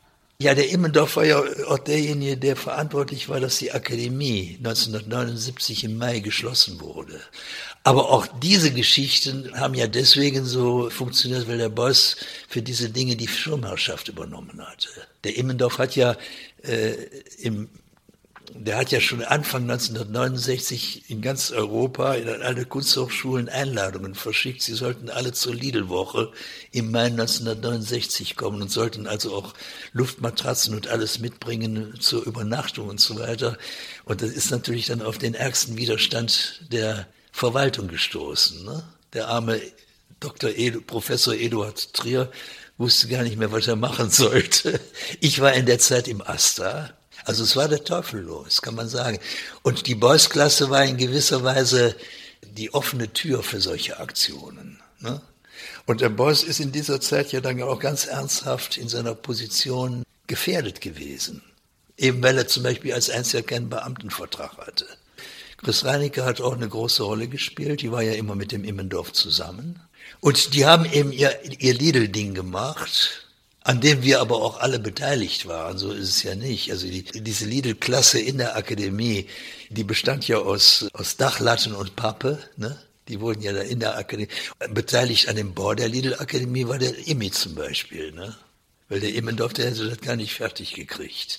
Ja, der Immendorf war ja auch derjenige, der verantwortlich war, dass die Akademie neunzehnhundertneunundsiebzig im Mai geschlossen wurde. Aber auch diese Geschichten haben ja deswegen so funktioniert, weil der Beuys für diese Dinge die Schirmherrschaft übernommen hatte. Der Immendorf hat ja äh, im Der hat ja schon Anfang neunzehnhundertneunundsechzig in ganz Europa in alle Kunsthochschulen Einladungen verschickt. Sie sollten alle zur Lidl-Woche im Mai neunzehnhundertneunundsechzig kommen und sollten also auch Luftmatratzen und alles mitbringen zur Übernachtung und so weiter. Und das ist natürlich dann auf den ärgsten Widerstand der Verwaltung gestoßen. Ne? Der arme Doktor Edu, Professor Eduard Trier wusste gar nicht mehr, was er machen sollte. Ich war in der Zeit im AStA. Also es war der Teufel los, kann man sagen. Und die Beuys-Klasse war in gewisser Weise die offene Tür für solche Aktionen. Ne? Und der Beuys ist in dieser Zeit ja dann auch ganz ernsthaft in seiner Position gefährdet gewesen. Eben weil er zum Beispiel als einziger keinen Beamtenvertrag hatte. Chris Reinecke hat auch eine große Rolle gespielt, die war ja immer mit dem Immendorf zusammen. Und die haben eben ihr, ihr Lidl-Ding gemacht, an dem wir aber auch alle beteiligt waren, so ist es ja nicht. Also die, diese Lidl-Klasse in der Akademie, die bestand ja aus, aus Dachlatten und Pappe, ne? Die wurden ja da in der Akademie, beteiligt an dem Bau der Lidl-Akademie war der Immi zum Beispiel, ne? Weil der Immendorf, der hätte das gar nicht fertig gekriegt.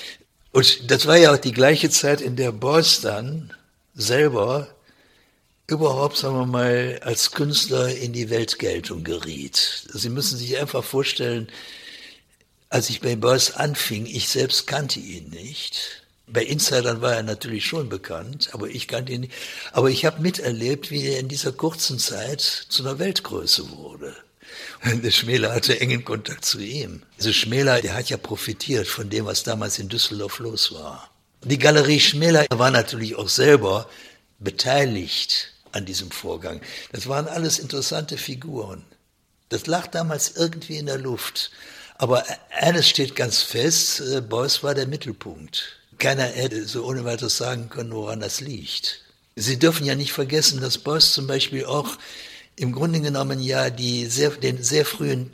Und das war ja auch die gleiche Zeit, in der Beuys dann selber überhaupt, sagen wir mal, als Künstler in die Weltgeltung geriet. Sie müssen sich einfach vorstellen, als ich bei Beuys anfing, ich selbst kannte ihn nicht. Bei Insidern war er natürlich schon bekannt, aber ich kannte ihn nicht. Aber ich habe miterlebt, wie er in dieser kurzen Zeit zu einer Weltgröße wurde. Und der Schmäler hatte engen Kontakt zu ihm. Also Schmäler, der hat ja profitiert von dem, was damals in Düsseldorf los war. Die Galerie Schmäler war natürlich auch selber beteiligt an diesem Vorgang. Das waren alles interessante Figuren. Das lag damals irgendwie in der Luft. Aber eines steht ganz fest, Beuys war der Mittelpunkt. Keiner hätte so ohne weiteres sagen können, woran das liegt. Sie dürfen ja nicht vergessen, dass Beuys zum Beispiel auch im Grunde genommen ja die sehr, den sehr frühen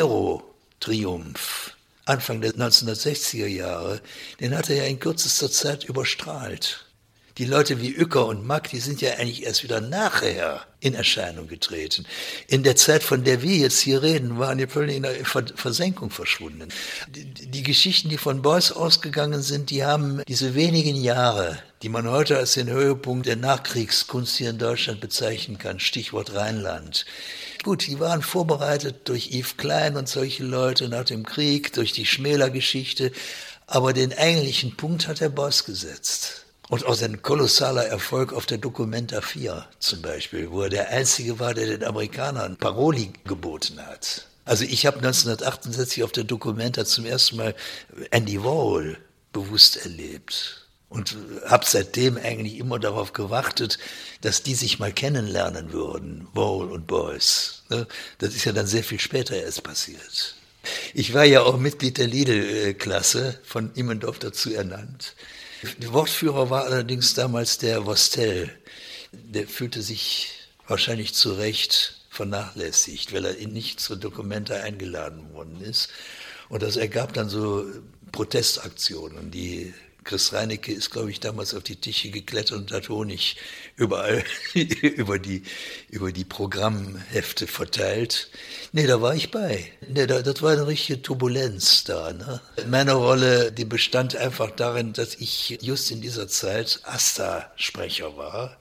Zero-Triumph, Anfang der neunzehnhundertsechziger Jahre, den hat er ja in kürzester Zeit überstrahlt. Die Leute wie Uecker und Mack, die sind ja eigentlich erst wieder nachher in Erscheinung getreten. In der Zeit, von der wir jetzt hier reden, waren die völlig in der Versenkung verschwunden. Die, die Geschichten, die von Beuys ausgegangen sind, die haben diese wenigen Jahre, die man heute als den Höhepunkt der Nachkriegskunst hier in Deutschland bezeichnen kann, Stichwort Rheinland. Gut, die waren vorbereitet durch Yves Klein und solche Leute nach dem Krieg, durch die Schmäler-Geschichte, aber den eigentlichen Punkt hat der Beuys gesetzt. Und auch sein kolossaler Erfolg auf der Documenta vier zum Beispiel, wo er der Einzige war, der den Amerikanern Paroli geboten hat. Also ich habe neunzehnhundertachtundsechzig auf der Documenta zum ersten Mal Andy Warhol bewusst erlebt und habe seitdem eigentlich immer darauf gewartet, dass die sich mal kennenlernen würden, Warhol und Beuys. Das ist ja dann sehr viel später erst passiert. Ich war ja auch Mitglied der Lidl-Klasse, von Immendorf dazu ernannt. Der Wortführer war allerdings damals der Vostell. Der fühlte sich wahrscheinlich zu Recht vernachlässigt, weil er nicht zur Documenta eingeladen worden ist. Und das ergab dann so Protestaktionen. Die Chris Reinecke ist, glaube ich, damals auf die Tische geklettert und hat Honig überall über die, über die Programmhefte verteilt. Nee, da war ich bei. Nee, da, das war eine richtige Turbulenz da. Ne? Meine Rolle, die bestand einfach darin, dass ich just in dieser Zeit AStA-Sprecher war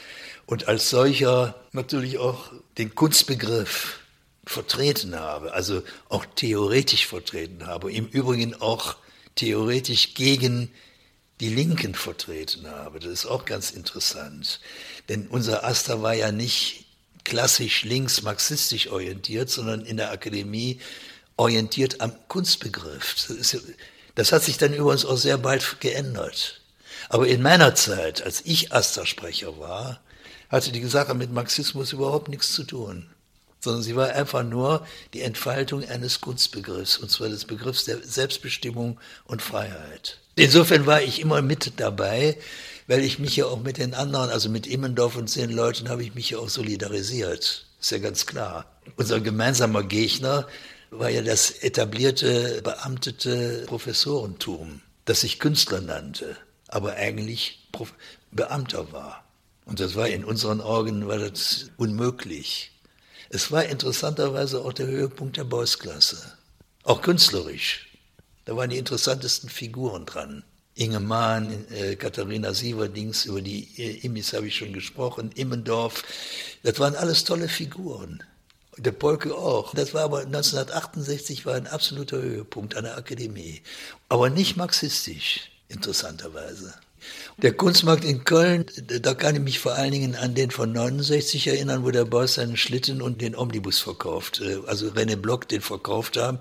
und als solcher natürlich auch den Kunstbegriff vertreten habe, also auch theoretisch vertreten habe, im Übrigen auch theoretisch gegen die Linken vertreten habe. Das ist auch ganz interessant. Denn unser AStA war ja nicht klassisch links marxistisch orientiert, sondern in der Akademie orientiert am Kunstbegriff. Das, ist, das hat sich dann übrigens auch sehr bald geändert. Aber in meiner Zeit, als ich AStA-Sprecher war, hatte die Sache mit Marxismus überhaupt nichts zu tun. Sondern sie war einfach nur die Entfaltung eines Kunstbegriffs, und zwar des Begriffs der Selbstbestimmung und Freiheit. Insofern war ich immer mit dabei, weil ich mich ja auch mit den anderen, also mit Immendorf und zehn Leuten, habe ich mich ja auch solidarisiert. Ist ja ganz klar. Unser gemeinsamer Gegner war ja das etablierte, beamtete Professorentum, das sich Künstler nannte, aber eigentlich Prof- Beamter war. Und das war in unseren Augen war das unmöglich. Es war interessanterweise auch der Höhepunkt der Beuys-Klasse. Auch künstlerisch. Da waren die interessantesten Figuren dran. Inge Mahn, äh, Katharina Sieverdings, über die äh, Immis habe ich schon gesprochen, Immendorf. Das waren alles tolle Figuren. Der Polke auch. Das war aber neunzehnhundertachtundsechzig war ein absoluter Höhepunkt an der Akademie. Aber nicht marxistisch, interessanterweise. Der Kunstmarkt in Köln, da kann ich mich vor allen Dingen an den von neunundsechzig erinnern, wo der Beuys seinen Schlitten und den Omnibus verkauft, also René Block den verkauft haben.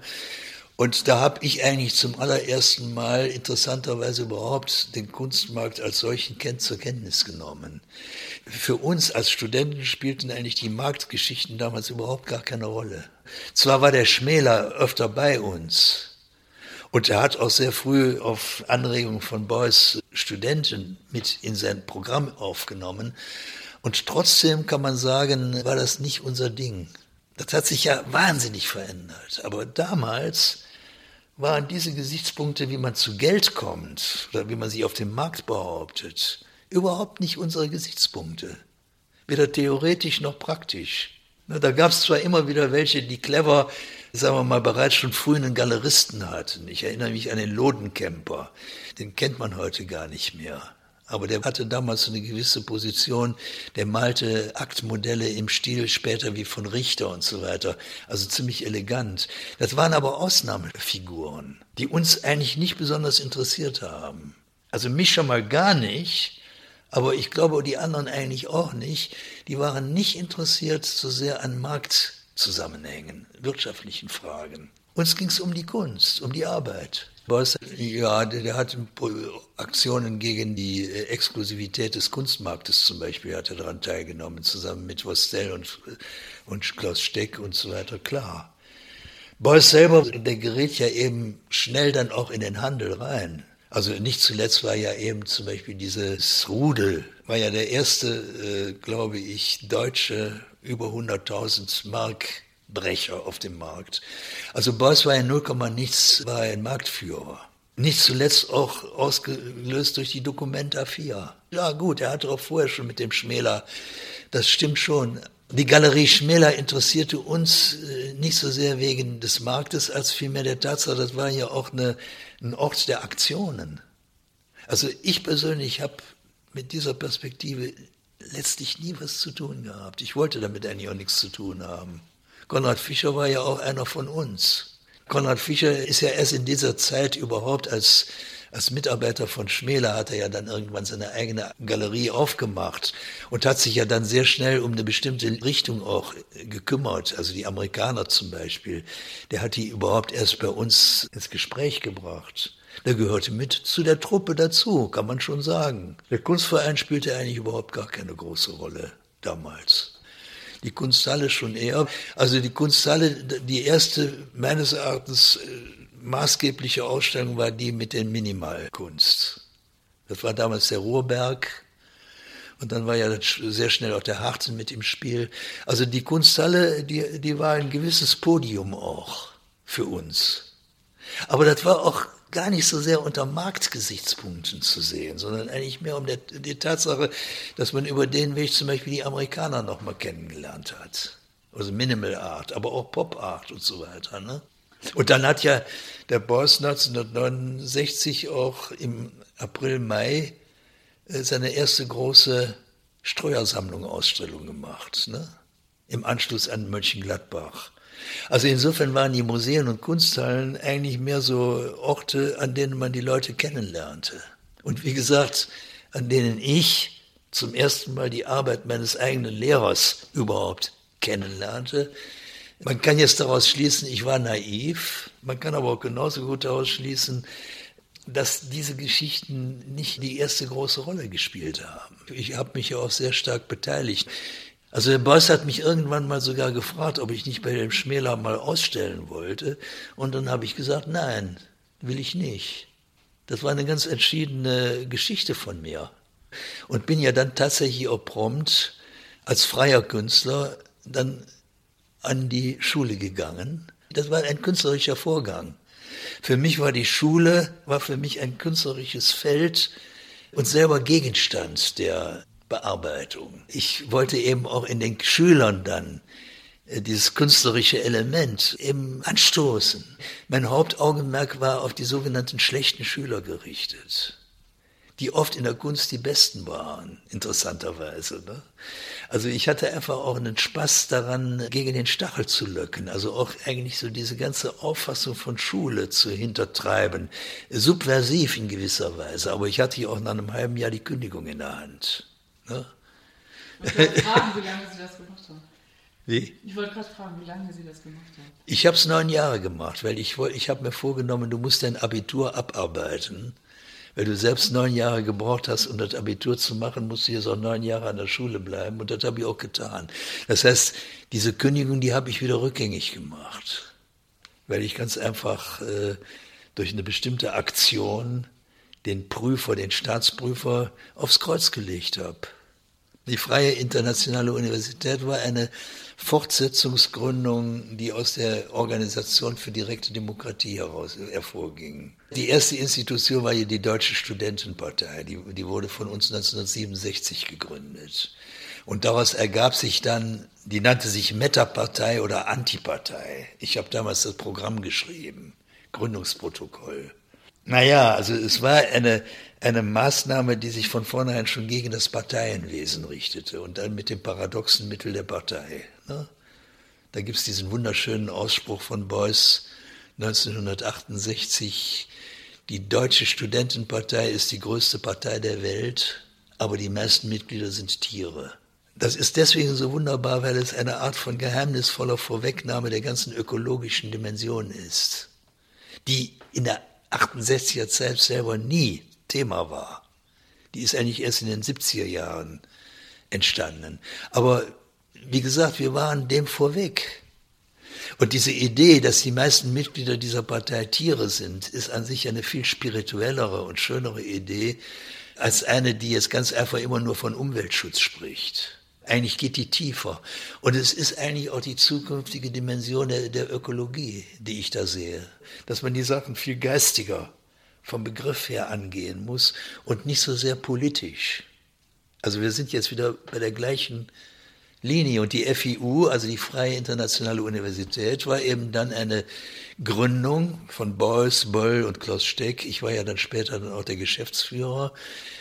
Und da habe ich eigentlich zum allerersten Mal interessanterweise überhaupt den Kunstmarkt als solchen zur Kenntnis genommen. Für uns als Studenten spielten eigentlich die Marktgeschichten damals überhaupt gar keine Rolle. Zwar war der Schmäler öfter bei uns, und er hat auch sehr früh auf Anregung von Beuys Studenten mit in sein Programm aufgenommen. Und trotzdem kann man sagen, war das nicht unser Ding. Das hat sich ja wahnsinnig verändert. Aber damals waren diese Gesichtspunkte, wie man zu Geld kommt oder wie man sich auf dem Markt behauptet, überhaupt nicht unsere Gesichtspunkte. Weder theoretisch noch praktisch. Da gab es zwar immer wieder welche, die clever, sagen wir mal, bereits schon früh einen Galeristen hatten. Ich erinnere mich an den Lodenkemper. Den kennt man heute gar nicht mehr. Aber der hatte damals eine gewisse Position. Der malte Aktmodelle im Stil später wie von Richter und so weiter. Also ziemlich elegant. Das waren aber Ausnahmefiguren, die uns eigentlich nicht besonders interessiert haben. Also mich schon mal gar nicht. Aber ich glaube, die anderen eigentlich auch nicht. Die waren nicht interessiert so sehr an Marktzusammenhängen, wirtschaftlichen Fragen. Uns ging es um die Kunst, um die Arbeit. Beuys, ja, der, der hat Aktionen gegen die Exklusivität des Kunstmarktes zum Beispiel, hat er daran teilgenommen, zusammen mit Vostell und, und Klaus Steck und so weiter, klar. Beuys selber, der gerät ja eben schnell dann auch in den Handel rein. Also nicht zuletzt war ja eben zum Beispiel dieses Rudel, war ja der erste, äh, glaube ich, deutsche über hunderttausend Mark Brecher auf dem Markt. Also Beuys war in null Komma nichts, war ein Marktführer. Nicht zuletzt auch ausgelöst durch die Documenta vier. Ja gut, er hatte auch vorher schon mit dem Schmäler, das stimmt schon. Die Galerie Schmäler interessierte uns nicht so sehr wegen des Marktes, als vielmehr der Tatsache, das war ja auch eine, ein Ort der Aktionen. Also ich persönlich habe mit dieser Perspektive letztlich nie was zu tun gehabt. Ich wollte damit eigentlich auch nichts zu tun haben. Konrad Fischer war ja auch einer von uns. Konrad Fischer ist ja erst in dieser Zeit überhaupt als, als Mitarbeiter von Schmäler, hat er ja dann irgendwann seine eigene Galerie aufgemacht und hat sich ja dann sehr schnell um eine bestimmte Richtung auch gekümmert. Also die Amerikaner zum Beispiel, der hat die überhaupt erst bei uns ins Gespräch gebracht. Der gehörte mit zu der Truppe dazu, kann man schon sagen. Der Kunstverein spielte eigentlich überhaupt gar keine große Rolle damals. Die Kunsthalle schon eher. Also die Kunsthalle, die erste meines Erachtens maßgebliche Ausstellung war die mit der Minimalkunst. Das war damals der Ruhrberg und dann war ja sehr schnell auch der Harten mit im Spiel. Also die Kunsthalle, die, die war ein gewisses Podium auch für uns. Aber das war auch gar nicht so sehr unter Marktgesichtspunkten zu sehen, sondern eigentlich mehr um der, die Tatsache, dass man über den Weg zum Beispiel die Amerikaner nochmal kennengelernt hat. Also Minimal Art, aber auch Pop Art und so weiter. Ne? Und dann hat ja der Beuys neunzehnhundertneunundsechzig auch im April, Mai seine erste große Streuersammlung, Ausstellung gemacht, ne? Im Anschluss an Mönchengladbach. Also insofern waren die Museen und Kunsthallen eigentlich mehr so Orte, an denen man die Leute kennenlernte. Und wie gesagt, an denen ich zum ersten Mal die Arbeit meines eigenen Lehrers überhaupt kennenlernte. Man kann jetzt daraus schließen, ich war naiv. Man kann aber auch genauso gut daraus schließen, dass diese Geschichten nicht die erste große Rolle gespielt haben. Ich habe mich ja auch sehr stark beteiligt. Also der Beuys hat mich irgendwann mal sogar gefragt, ob ich nicht bei dem Schmäler mal ausstellen wollte. Und dann habe ich gesagt, nein, will ich nicht. Das war eine ganz entschiedene Geschichte von mir. Und bin ja dann tatsächlich auch prompt als freier Künstler dann an die Schule gegangen. Das war ein künstlerischer Vorgang. Für mich war die Schule, war für mich ein künstlerisches Feld und selber Gegenstand der Bearbeitung. Ich wollte eben auch in den Schülern dann dieses künstlerische Element eben anstoßen. Mein Hauptaugenmerk war auf die sogenannten schlechten Schüler gerichtet, die oft in der Kunst die Besten waren, interessanterweise. Ne? Also ich hatte einfach auch einen Spaß daran, gegen den Stachel zu löcken, also auch eigentlich so diese ganze Auffassung von Schule zu hintertreiben, subversiv in gewisser Weise, aber ich hatte hier auch nach einem halben Jahr die Kündigung in der Hand. Ne? Ich wollte fragen, wie lange Sie das gemacht haben. Wie? Ich wollte gerade fragen, wie lange Sie das gemacht haben. Ich habe es neun Jahre gemacht, weil ich, ich habe mir vorgenommen, du musst dein Abitur abarbeiten. Weil du selbst neun Jahre gebraucht hast, um das Abitur zu machen, musst du jetzt auch neun Jahre an der Schule bleiben. Und das habe ich auch getan. Das heißt, diese Kündigung, die habe ich wieder rückgängig gemacht. Weil ich ganz einfach äh, durch eine bestimmte Aktion den Prüfer, den Staatsprüfer aufs Kreuz gelegt habe. Die Freie Internationale Universität war eine Fortsetzungsgründung, die aus der Organisation für direkte Demokratie heraus hervorging. Die erste Institution war hier die Deutsche Studentenpartei, die, die wurde von uns neunzehnhundertsiebenundsechzig gegründet. Und daraus ergab sich dann, die nannte sich Meta-Partei oder Antipartei. Ich habe damals das Programm geschrieben, Gründungsprotokoll. Naja, also es war eine, eine Maßnahme, die sich von vornherein schon gegen das Parteienwesen richtete und dann mit dem paradoxen Mittel der Partei. Ne? Da gibt es diesen wunderschönen Ausspruch von Beuys neunzehnhundertachtundsechzig, die Deutsche Studentenpartei ist die größte Partei der Welt, aber die meisten Mitglieder sind Tiere. Das ist deswegen so wunderbar, weil es eine Art von geheimnisvoller Vorwegnahme der ganzen ökologischen Dimension ist, die in der achtundsechziger Zeit selber nie Thema war. Die ist eigentlich erst in den siebziger Jahren entstanden. Aber wie gesagt, wir waren dem vorweg. Und diese Idee, dass die meisten Mitglieder dieser Partei Tiere sind, ist an sich eine viel spirituellere und schönere Idee, als eine, die jetzt ganz einfach immer nur von Umweltschutz spricht. Eigentlich geht die tiefer. Und es ist eigentlich auch die zukünftige Dimension der, der Ökologie, die ich da sehe. Dass man die Sachen viel geistiger vom Begriff her angehen muss und nicht so sehr politisch. Also wir sind jetzt wieder bei der gleichen Linie. Und die F I U, also die Freie Internationale Universität, war eben dann eine Gründung von Beuys, Böll und Klaus Steck. Ich war ja dann später dann auch der Geschäftsführer.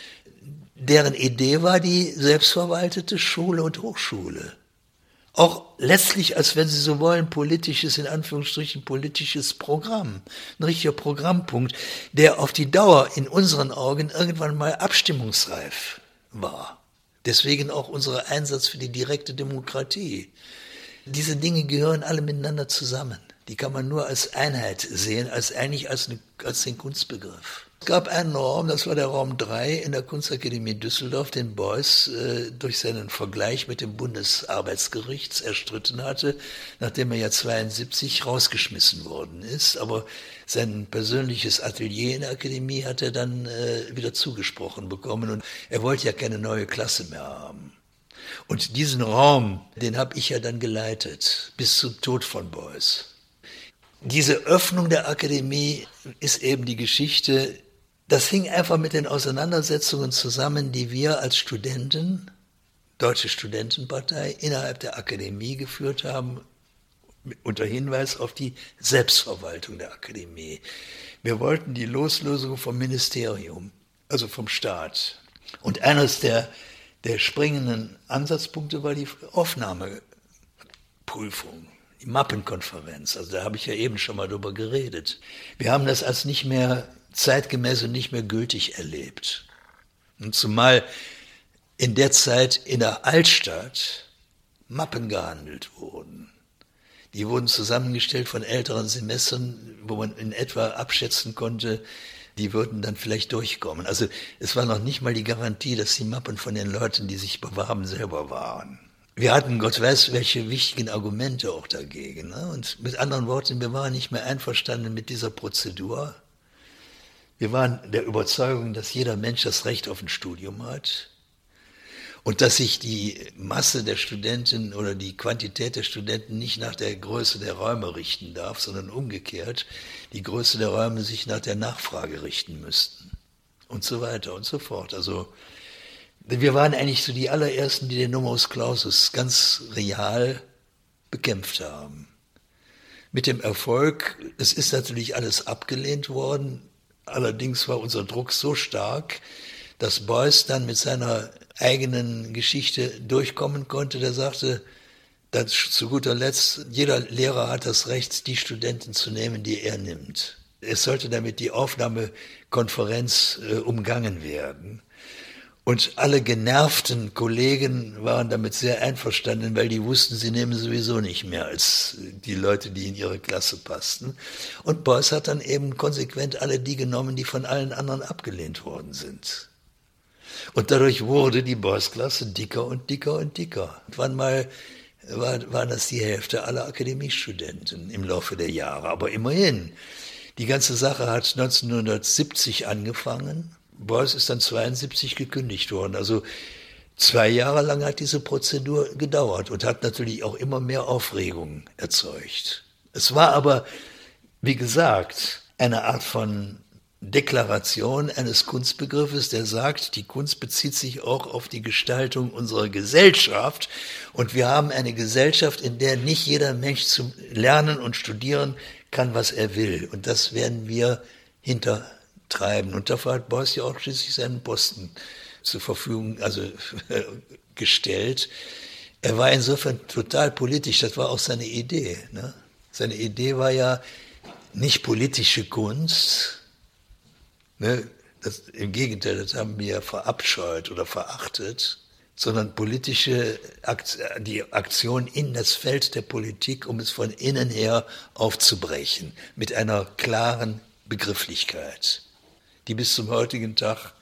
Deren Idee war die selbstverwaltete Schule und Hochschule. Auch letztlich, als wenn Sie so wollen, politisches, in Anführungsstrichen politisches Programm. Ein richtiger Programmpunkt, der auf die Dauer in unseren Augen irgendwann mal abstimmungsreif war. Deswegen auch unser Einsatz für die direkte Demokratie. Diese Dinge gehören alle miteinander zusammen. Die kann man nur als Einheit sehen, als eigentlich als, eine, als den Kunstbegriff. Es gab einen Raum, das war der Raum drei in der Kunstakademie Düsseldorf, den Beuys äh, durch seinen Vergleich mit dem Bundesarbeitsgericht erstritten hatte, nachdem er ja zweiundsiebzig rausgeschmissen worden ist. Aber sein persönliches Atelier in der Akademie hat er dann äh, wieder zugesprochen bekommen und er wollte ja keine neue Klasse mehr haben. Und diesen Raum, den habe ich ja dann geleitet, bis zum Tod von Beuys. Diese Öffnung der Akademie ist eben die Geschichte. Das hing einfach mit den Auseinandersetzungen zusammen, die wir als Studenten, Deutsche Studentenpartei, innerhalb der Akademie geführt haben, unter Hinweis auf die Selbstverwaltung der Akademie. Wir wollten die Loslösung vom Ministerium, also vom Staat. Und eines der, der springenden Ansatzpunkte war die Aufnahmeprüfung, die Mappenkonferenz. Also da habe ich ja eben schon mal drüber geredet. Wir haben das als nicht mehr zeitgemäß und nicht mehr gültig erlebt. Und zumal in der Zeit in der Altstadt Mappen gehandelt wurden. Die wurden zusammengestellt von älteren Semestern, wo man in etwa abschätzen konnte, die würden dann vielleicht durchkommen. Also es war noch nicht mal die Garantie, dass die Mappen von den Leuten, die sich bewarben, selber waren. Wir hatten Gott weiß welche wichtigen Argumente auch dagegen. Ne? Und mit anderen Worten, wir waren nicht mehr einverstanden mit dieser Prozedur. Wir waren der Überzeugung, dass jeder Mensch das Recht auf ein Studium hat. Und dass sich die Masse der Studenten oder die Quantität der Studenten nicht nach der Größe der Räume richten darf, sondern umgekehrt, die Größe der Räume sich nach der Nachfrage richten müssten. Und so weiter und so fort. Also wir waren eigentlich so die allerersten, die den Numerus Clausus ganz real bekämpft haben. Mit dem Erfolg, es ist natürlich alles abgelehnt worden, allerdings war unser Druck so stark, dass Beuys dann mit seiner eigenen Geschichte durchkommen konnte. Der sagte, dass zu guter Letzt, jeder Lehrer hat das Recht, die Studenten zu nehmen, die er nimmt. Es sollte damit die Aufnahmekonferenz äh, umgangen werden. Und alle genervten Kollegen waren damit sehr einverstanden, weil die wussten, sie nehmen sowieso nicht mehr als die Leute, die in ihre Klasse passten. Und Beuys hat dann eben konsequent alle die genommen, die von allen anderen abgelehnt worden sind. Und dadurch wurde die Beuys-Klasse dicker und dicker und dicker. Irgendwann mal war, waren das die Hälfte aller Akademiestudenten im Laufe der Jahre. Aber immerhin, die ganze Sache hat neunzehnhundertsiebzig angefangen. Beuys ist dann zweiundsiebzig gekündigt worden. Also zwei Jahre lang hat diese Prozedur gedauert und hat natürlich auch immer mehr Aufregung erzeugt. Es war aber, wie gesagt, eine Art von Deklaration eines Kunstbegriffes, der sagt, die Kunst bezieht sich auch auf die Gestaltung unserer Gesellschaft und wir haben eine Gesellschaft, in der nicht jeder Mensch zum Lernen und Studieren kann, was er will. Und das werden wir hintertreiben. Und dafür hat Beuys ja auch schließlich seinen Posten zur Verfügung also, gestellt. Er war insofern total politisch, das war auch seine Idee. Ne? Seine Idee war ja nicht politische Kunst, ne? Das, im Gegenteil, das haben wir verabscheut oder verachtet, sondern politische Akt, die Aktion in das Feld der Politik, um es von innen her aufzubrechen, mit einer klaren Begrifflichkeit, die bis zum heutigen Tag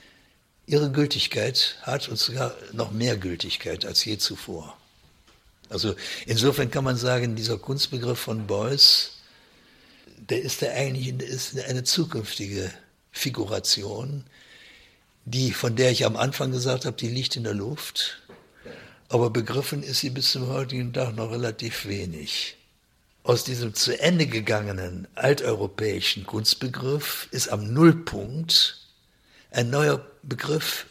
ihre Gültigkeit hat und sogar noch mehr Gültigkeit als je zuvor. Also insofern kann man sagen, dieser Kunstbegriff von Beuys, der ist der eigentlich der ist eine zukünftige Figuration, die, von der ich am Anfang gesagt habe, die liegt in der Luft, aber begriffen ist sie bis zum heutigen Tag noch relativ wenig. Aus diesem zu Ende gegangenen alteuropäischen Kunstbegriff ist am Nullpunkt ein neuer Begriff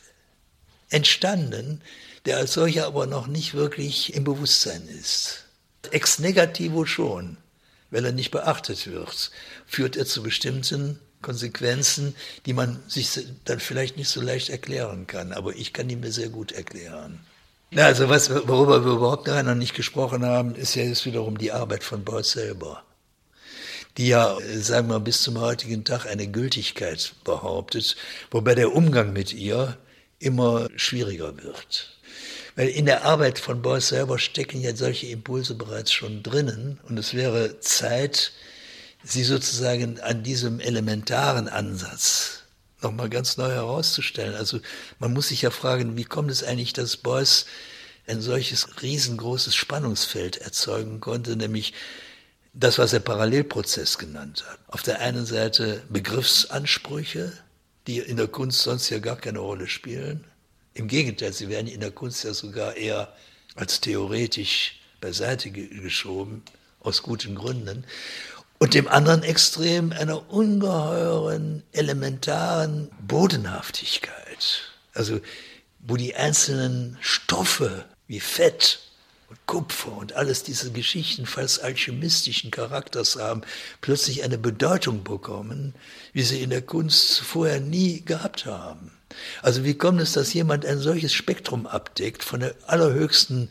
entstanden, der als solcher aber noch nicht wirklich im Bewusstsein ist. Ex negativo schon, weil er nicht beachtet wird, führt er zu bestimmten Konsequenzen, die man sich dann vielleicht nicht so leicht erklären kann, aber ich kann die mir sehr gut erklären. Na, also was, worüber wir überhaupt noch nicht gesprochen haben, ist ja jetzt wiederum die Arbeit von Beuys selber, die ja, sagen wir, bis zum heutigen Tag eine Gültigkeit behauptet, wobei der Umgang mit ihr immer schwieriger wird. Weil in der Arbeit von Beuys selber stecken ja solche Impulse bereits schon drinnen und es wäre Zeit, sie sozusagen an diesem elementaren Ansatz nochmal ganz neu herauszustellen. Also man muss sich ja fragen, wie kommt es eigentlich, dass Beuys ein solches riesengroßes Spannungsfeld erzeugen konnte, nämlich das, was er Parallelprozess genannt hat. Auf der einen Seite Begriffsansprüche, die in der Kunst sonst ja gar keine Rolle spielen. Im Gegenteil, sie werden in der Kunst ja sogar eher als theoretisch beiseite geschoben, aus guten Gründen. Und dem anderen Extrem einer ungeheuren, elementaren Bodenhaftigkeit. Also wo die einzelnen Stoffe wie Fett und Kupfer und alles diese Geschichten fast alchemistischen Charakters haben, plötzlich eine Bedeutung bekommen, wie sie in der Kunst vorher nie gehabt haben. Also wie kommt es, dass jemand ein solches Spektrum abdeckt, von der allerhöchsten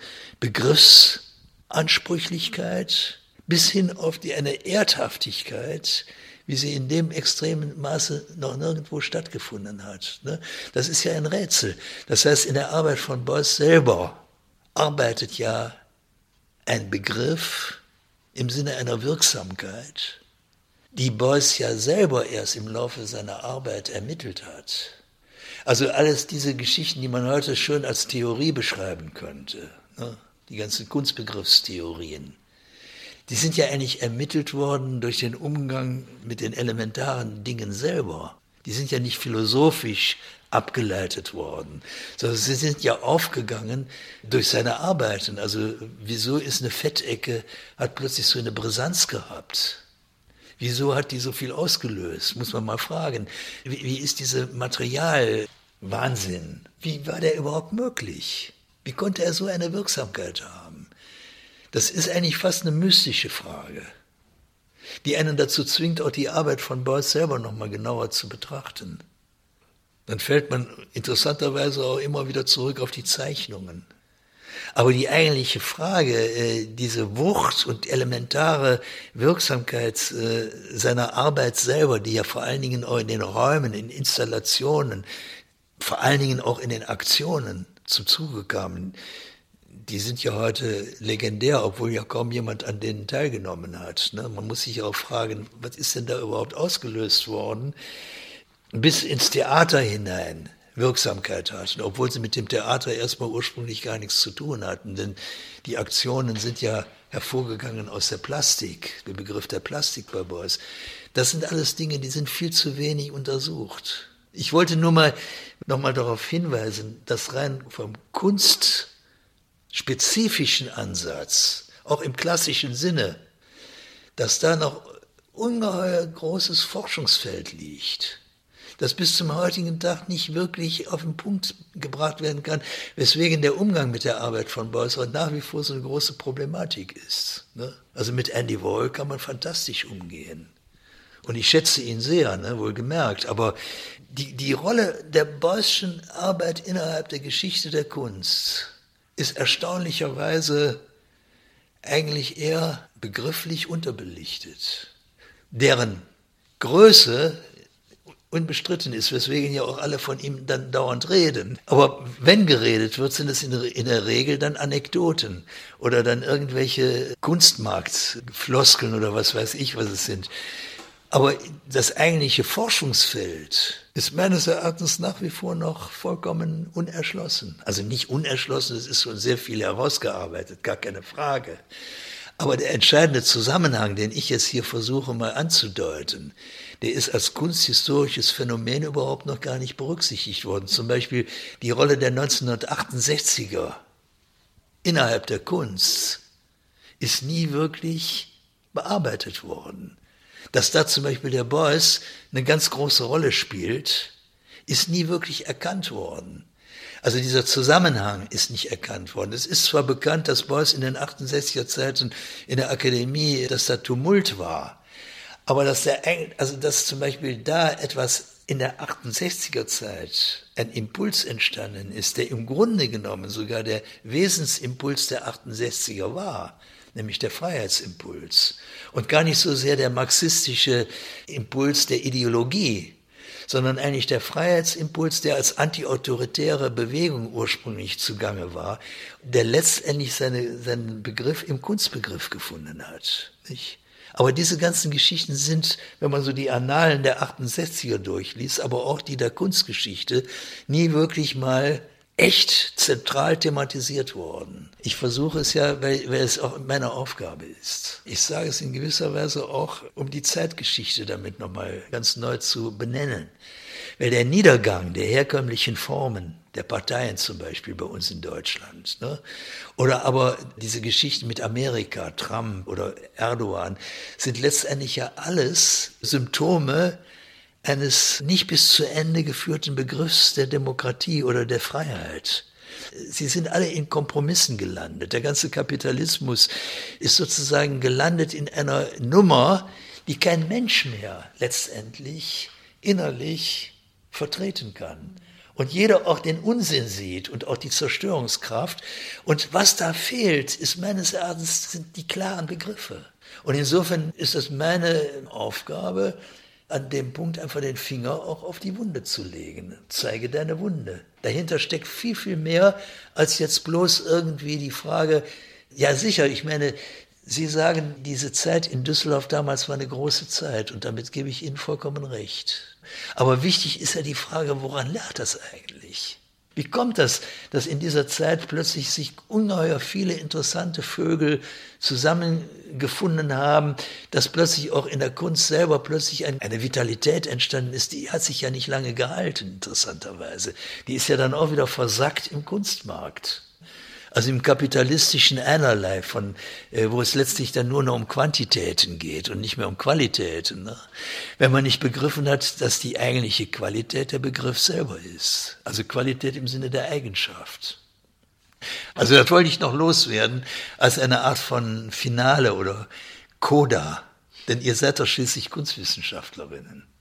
Begriffsansprüchlichkeit bis hin auf die eine Erdhaftigkeit, wie sie in dem extremen Maße noch nirgendwo stattgefunden hat. Das ist ja ein Rätsel. Das heißt, in der Arbeit von Beuys selber arbeitet ja ein Begriff im Sinne einer Wirksamkeit, die Beuys ja selber erst im Laufe seiner Arbeit ermittelt hat. Also alles diese Geschichten, die man heute schön als Theorie beschreiben könnte, die ganzen Kunstbegriffstheorien, die sind ja eigentlich ermittelt worden durch den Umgang mit den elementaren Dingen selber. Die sind ja nicht philosophisch abgeleitet worden, sondern sie sind ja aufgegangen durch seine Arbeiten. Also wieso ist eine Fettecke, hat plötzlich so eine Brisanz gehabt? Wieso hat die so viel ausgelöst? Muss man mal fragen. Wie, wie ist diese Materialwahnsinn? Wie war der überhaupt möglich? Wie konnte er so eine Wirksamkeit haben? Das ist eigentlich fast eine mystische Frage, die einen dazu zwingt, auch die Arbeit von Beuys selber nochmal genauer zu betrachten. Dann fällt man interessanterweise auch immer wieder zurück auf die Zeichnungen. Aber die eigentliche Frage, diese Wucht und elementare Wirksamkeit seiner Arbeit selber, die ja vor allen Dingen auch in den Räumen, in Installationen, vor allen Dingen auch in den Aktionen zum Zuge kamen, die sind ja heute legendär, obwohl ja kaum jemand an denen teilgenommen hat. Man muss sich auch fragen, was ist denn da überhaupt ausgelöst worden? Bis ins Theater hinein Wirksamkeit hatten, obwohl sie mit dem Theater erstmal ursprünglich gar nichts zu tun hatten, denn die Aktionen sind ja hervorgegangen aus der Plastik, der Begriff der Plastik bei Beuys. Das sind alles Dinge, die sind viel zu wenig untersucht. Ich wollte nur mal noch mal darauf hinweisen, dass rein vom kunstspezifischen Ansatz, auch im klassischen Sinne, dass da noch ungeheuer großes Forschungsfeld liegt, das bis zum heutigen Tag nicht wirklich auf den Punkt gebracht werden kann, weswegen der Umgang mit der Arbeit von Beuys nach wie vor so eine große Problematik ist. Also mit Andy Warhol kann man fantastisch umgehen. Und ich schätze ihn sehr, ne, wohlgemerkt. Aber die, die Rolle der Beuyschen Arbeit innerhalb der Geschichte der Kunst ist erstaunlicherweise eigentlich eher begrifflich unterbelichtet. Deren Größe unbestritten ist, weswegen ja auch alle von ihm dann dauernd reden. Aber wenn geredet wird, sind es in, in der Regel dann Anekdoten oder dann irgendwelche Kunstmarktfloskeln oder was weiß ich, was es sind. Aber das eigentliche Forschungsfeld ist meines Erachtens nach wie vor noch vollkommen unerschlossen. Also nicht unerschlossen, es ist schon sehr viel herausgearbeitet, gar keine Frage. Aber der entscheidende Zusammenhang, den ich jetzt hier versuche mal anzudeuten, der ist als kunsthistorisches Phänomen überhaupt noch gar nicht berücksichtigt worden. Zum Beispiel die Rolle der neunzehnhundertachtundsechziger innerhalb der Kunst ist nie wirklich bearbeitet worden. Dass da zum Beispiel der Beuys eine ganz große Rolle spielt, ist nie wirklich erkannt worden. Also dieser Zusammenhang ist nicht erkannt worden. Es ist zwar bekannt, dass Beuys in den achtundsechziger Zeiten in der Akademie, dass da Tumult war, aber dass, der, also dass zum Beispiel da etwas in der achtundsechziger Zeit ein Impuls entstanden ist, der im Grunde genommen sogar der Wesensimpuls der achtundsechziger war, nämlich der Freiheitsimpuls und gar nicht so sehr der marxistische Impuls der Ideologie, sondern eigentlich der Freiheitsimpuls, der als antiautoritäre Bewegung ursprünglich zugange war, der letztendlich seine, seinen Begriff im Kunstbegriff gefunden hat. Nicht? Aber diese ganzen Geschichten sind, wenn man so die Annalen der achtundsechziger durchliest, aber auch die der Kunstgeschichte, nie wirklich mal echt zentral thematisiert worden. Ich versuche es ja, weil, weil es auch meine Aufgabe ist. Ich sage es in gewisser Weise auch, um die Zeitgeschichte damit nochmal ganz neu zu benennen. Weil der Niedergang der herkömmlichen Formen, der Parteien zum Beispiel bei uns in Deutschland, ne? Oder aber diese Geschichten mit Amerika, Trump oder Erdogan, sind letztendlich ja alles Symptome eines nicht bis zu Ende geführten Begriffs der Demokratie oder der Freiheit. Sie sind alle in Kompromissen gelandet. Der ganze Kapitalismus ist sozusagen gelandet in einer Nummer, die kein Mensch mehr letztendlich innerlich vertreten kann. Und jeder auch den Unsinn sieht und auch die Zerstörungskraft. Und was da fehlt, ist meines Erachtens sind die klaren Begriffe. Und insofern ist es meine Aufgabe, an dem Punkt einfach den Finger auch auf die Wunde zu legen. Zeige deine Wunde. Dahinter steckt viel, viel mehr als jetzt bloß irgendwie die Frage, ja sicher, ich meine, Sie sagen, diese Zeit in Düsseldorf damals war eine große Zeit und damit gebe ich Ihnen vollkommen recht. Aber wichtig ist ja die Frage, woran lag das eigentlich? Wie kommt das, dass in dieser Zeit plötzlich sich ungeheuer viele interessante Vögel zusammengefunden haben, dass plötzlich auch in der Kunst selber plötzlich ein, eine Vitalität entstanden ist, die hat sich ja nicht lange gehalten, interessanterweise. Die ist ja dann auch wieder versackt im Kunstmarkt. Also im kapitalistischen Einerlei, von, äh, wo es letztlich dann nur noch um Quantitäten geht und nicht mehr um Qualitäten. Ne? Wenn man nicht begriffen hat, dass die eigentliche Qualität der Begriff selber ist. Also Qualität im Sinne der Eigenschaft. Also das wollte ich noch loswerden als eine Art von Finale oder Coda. Denn ihr seid doch schließlich Kunstwissenschaftlerinnen.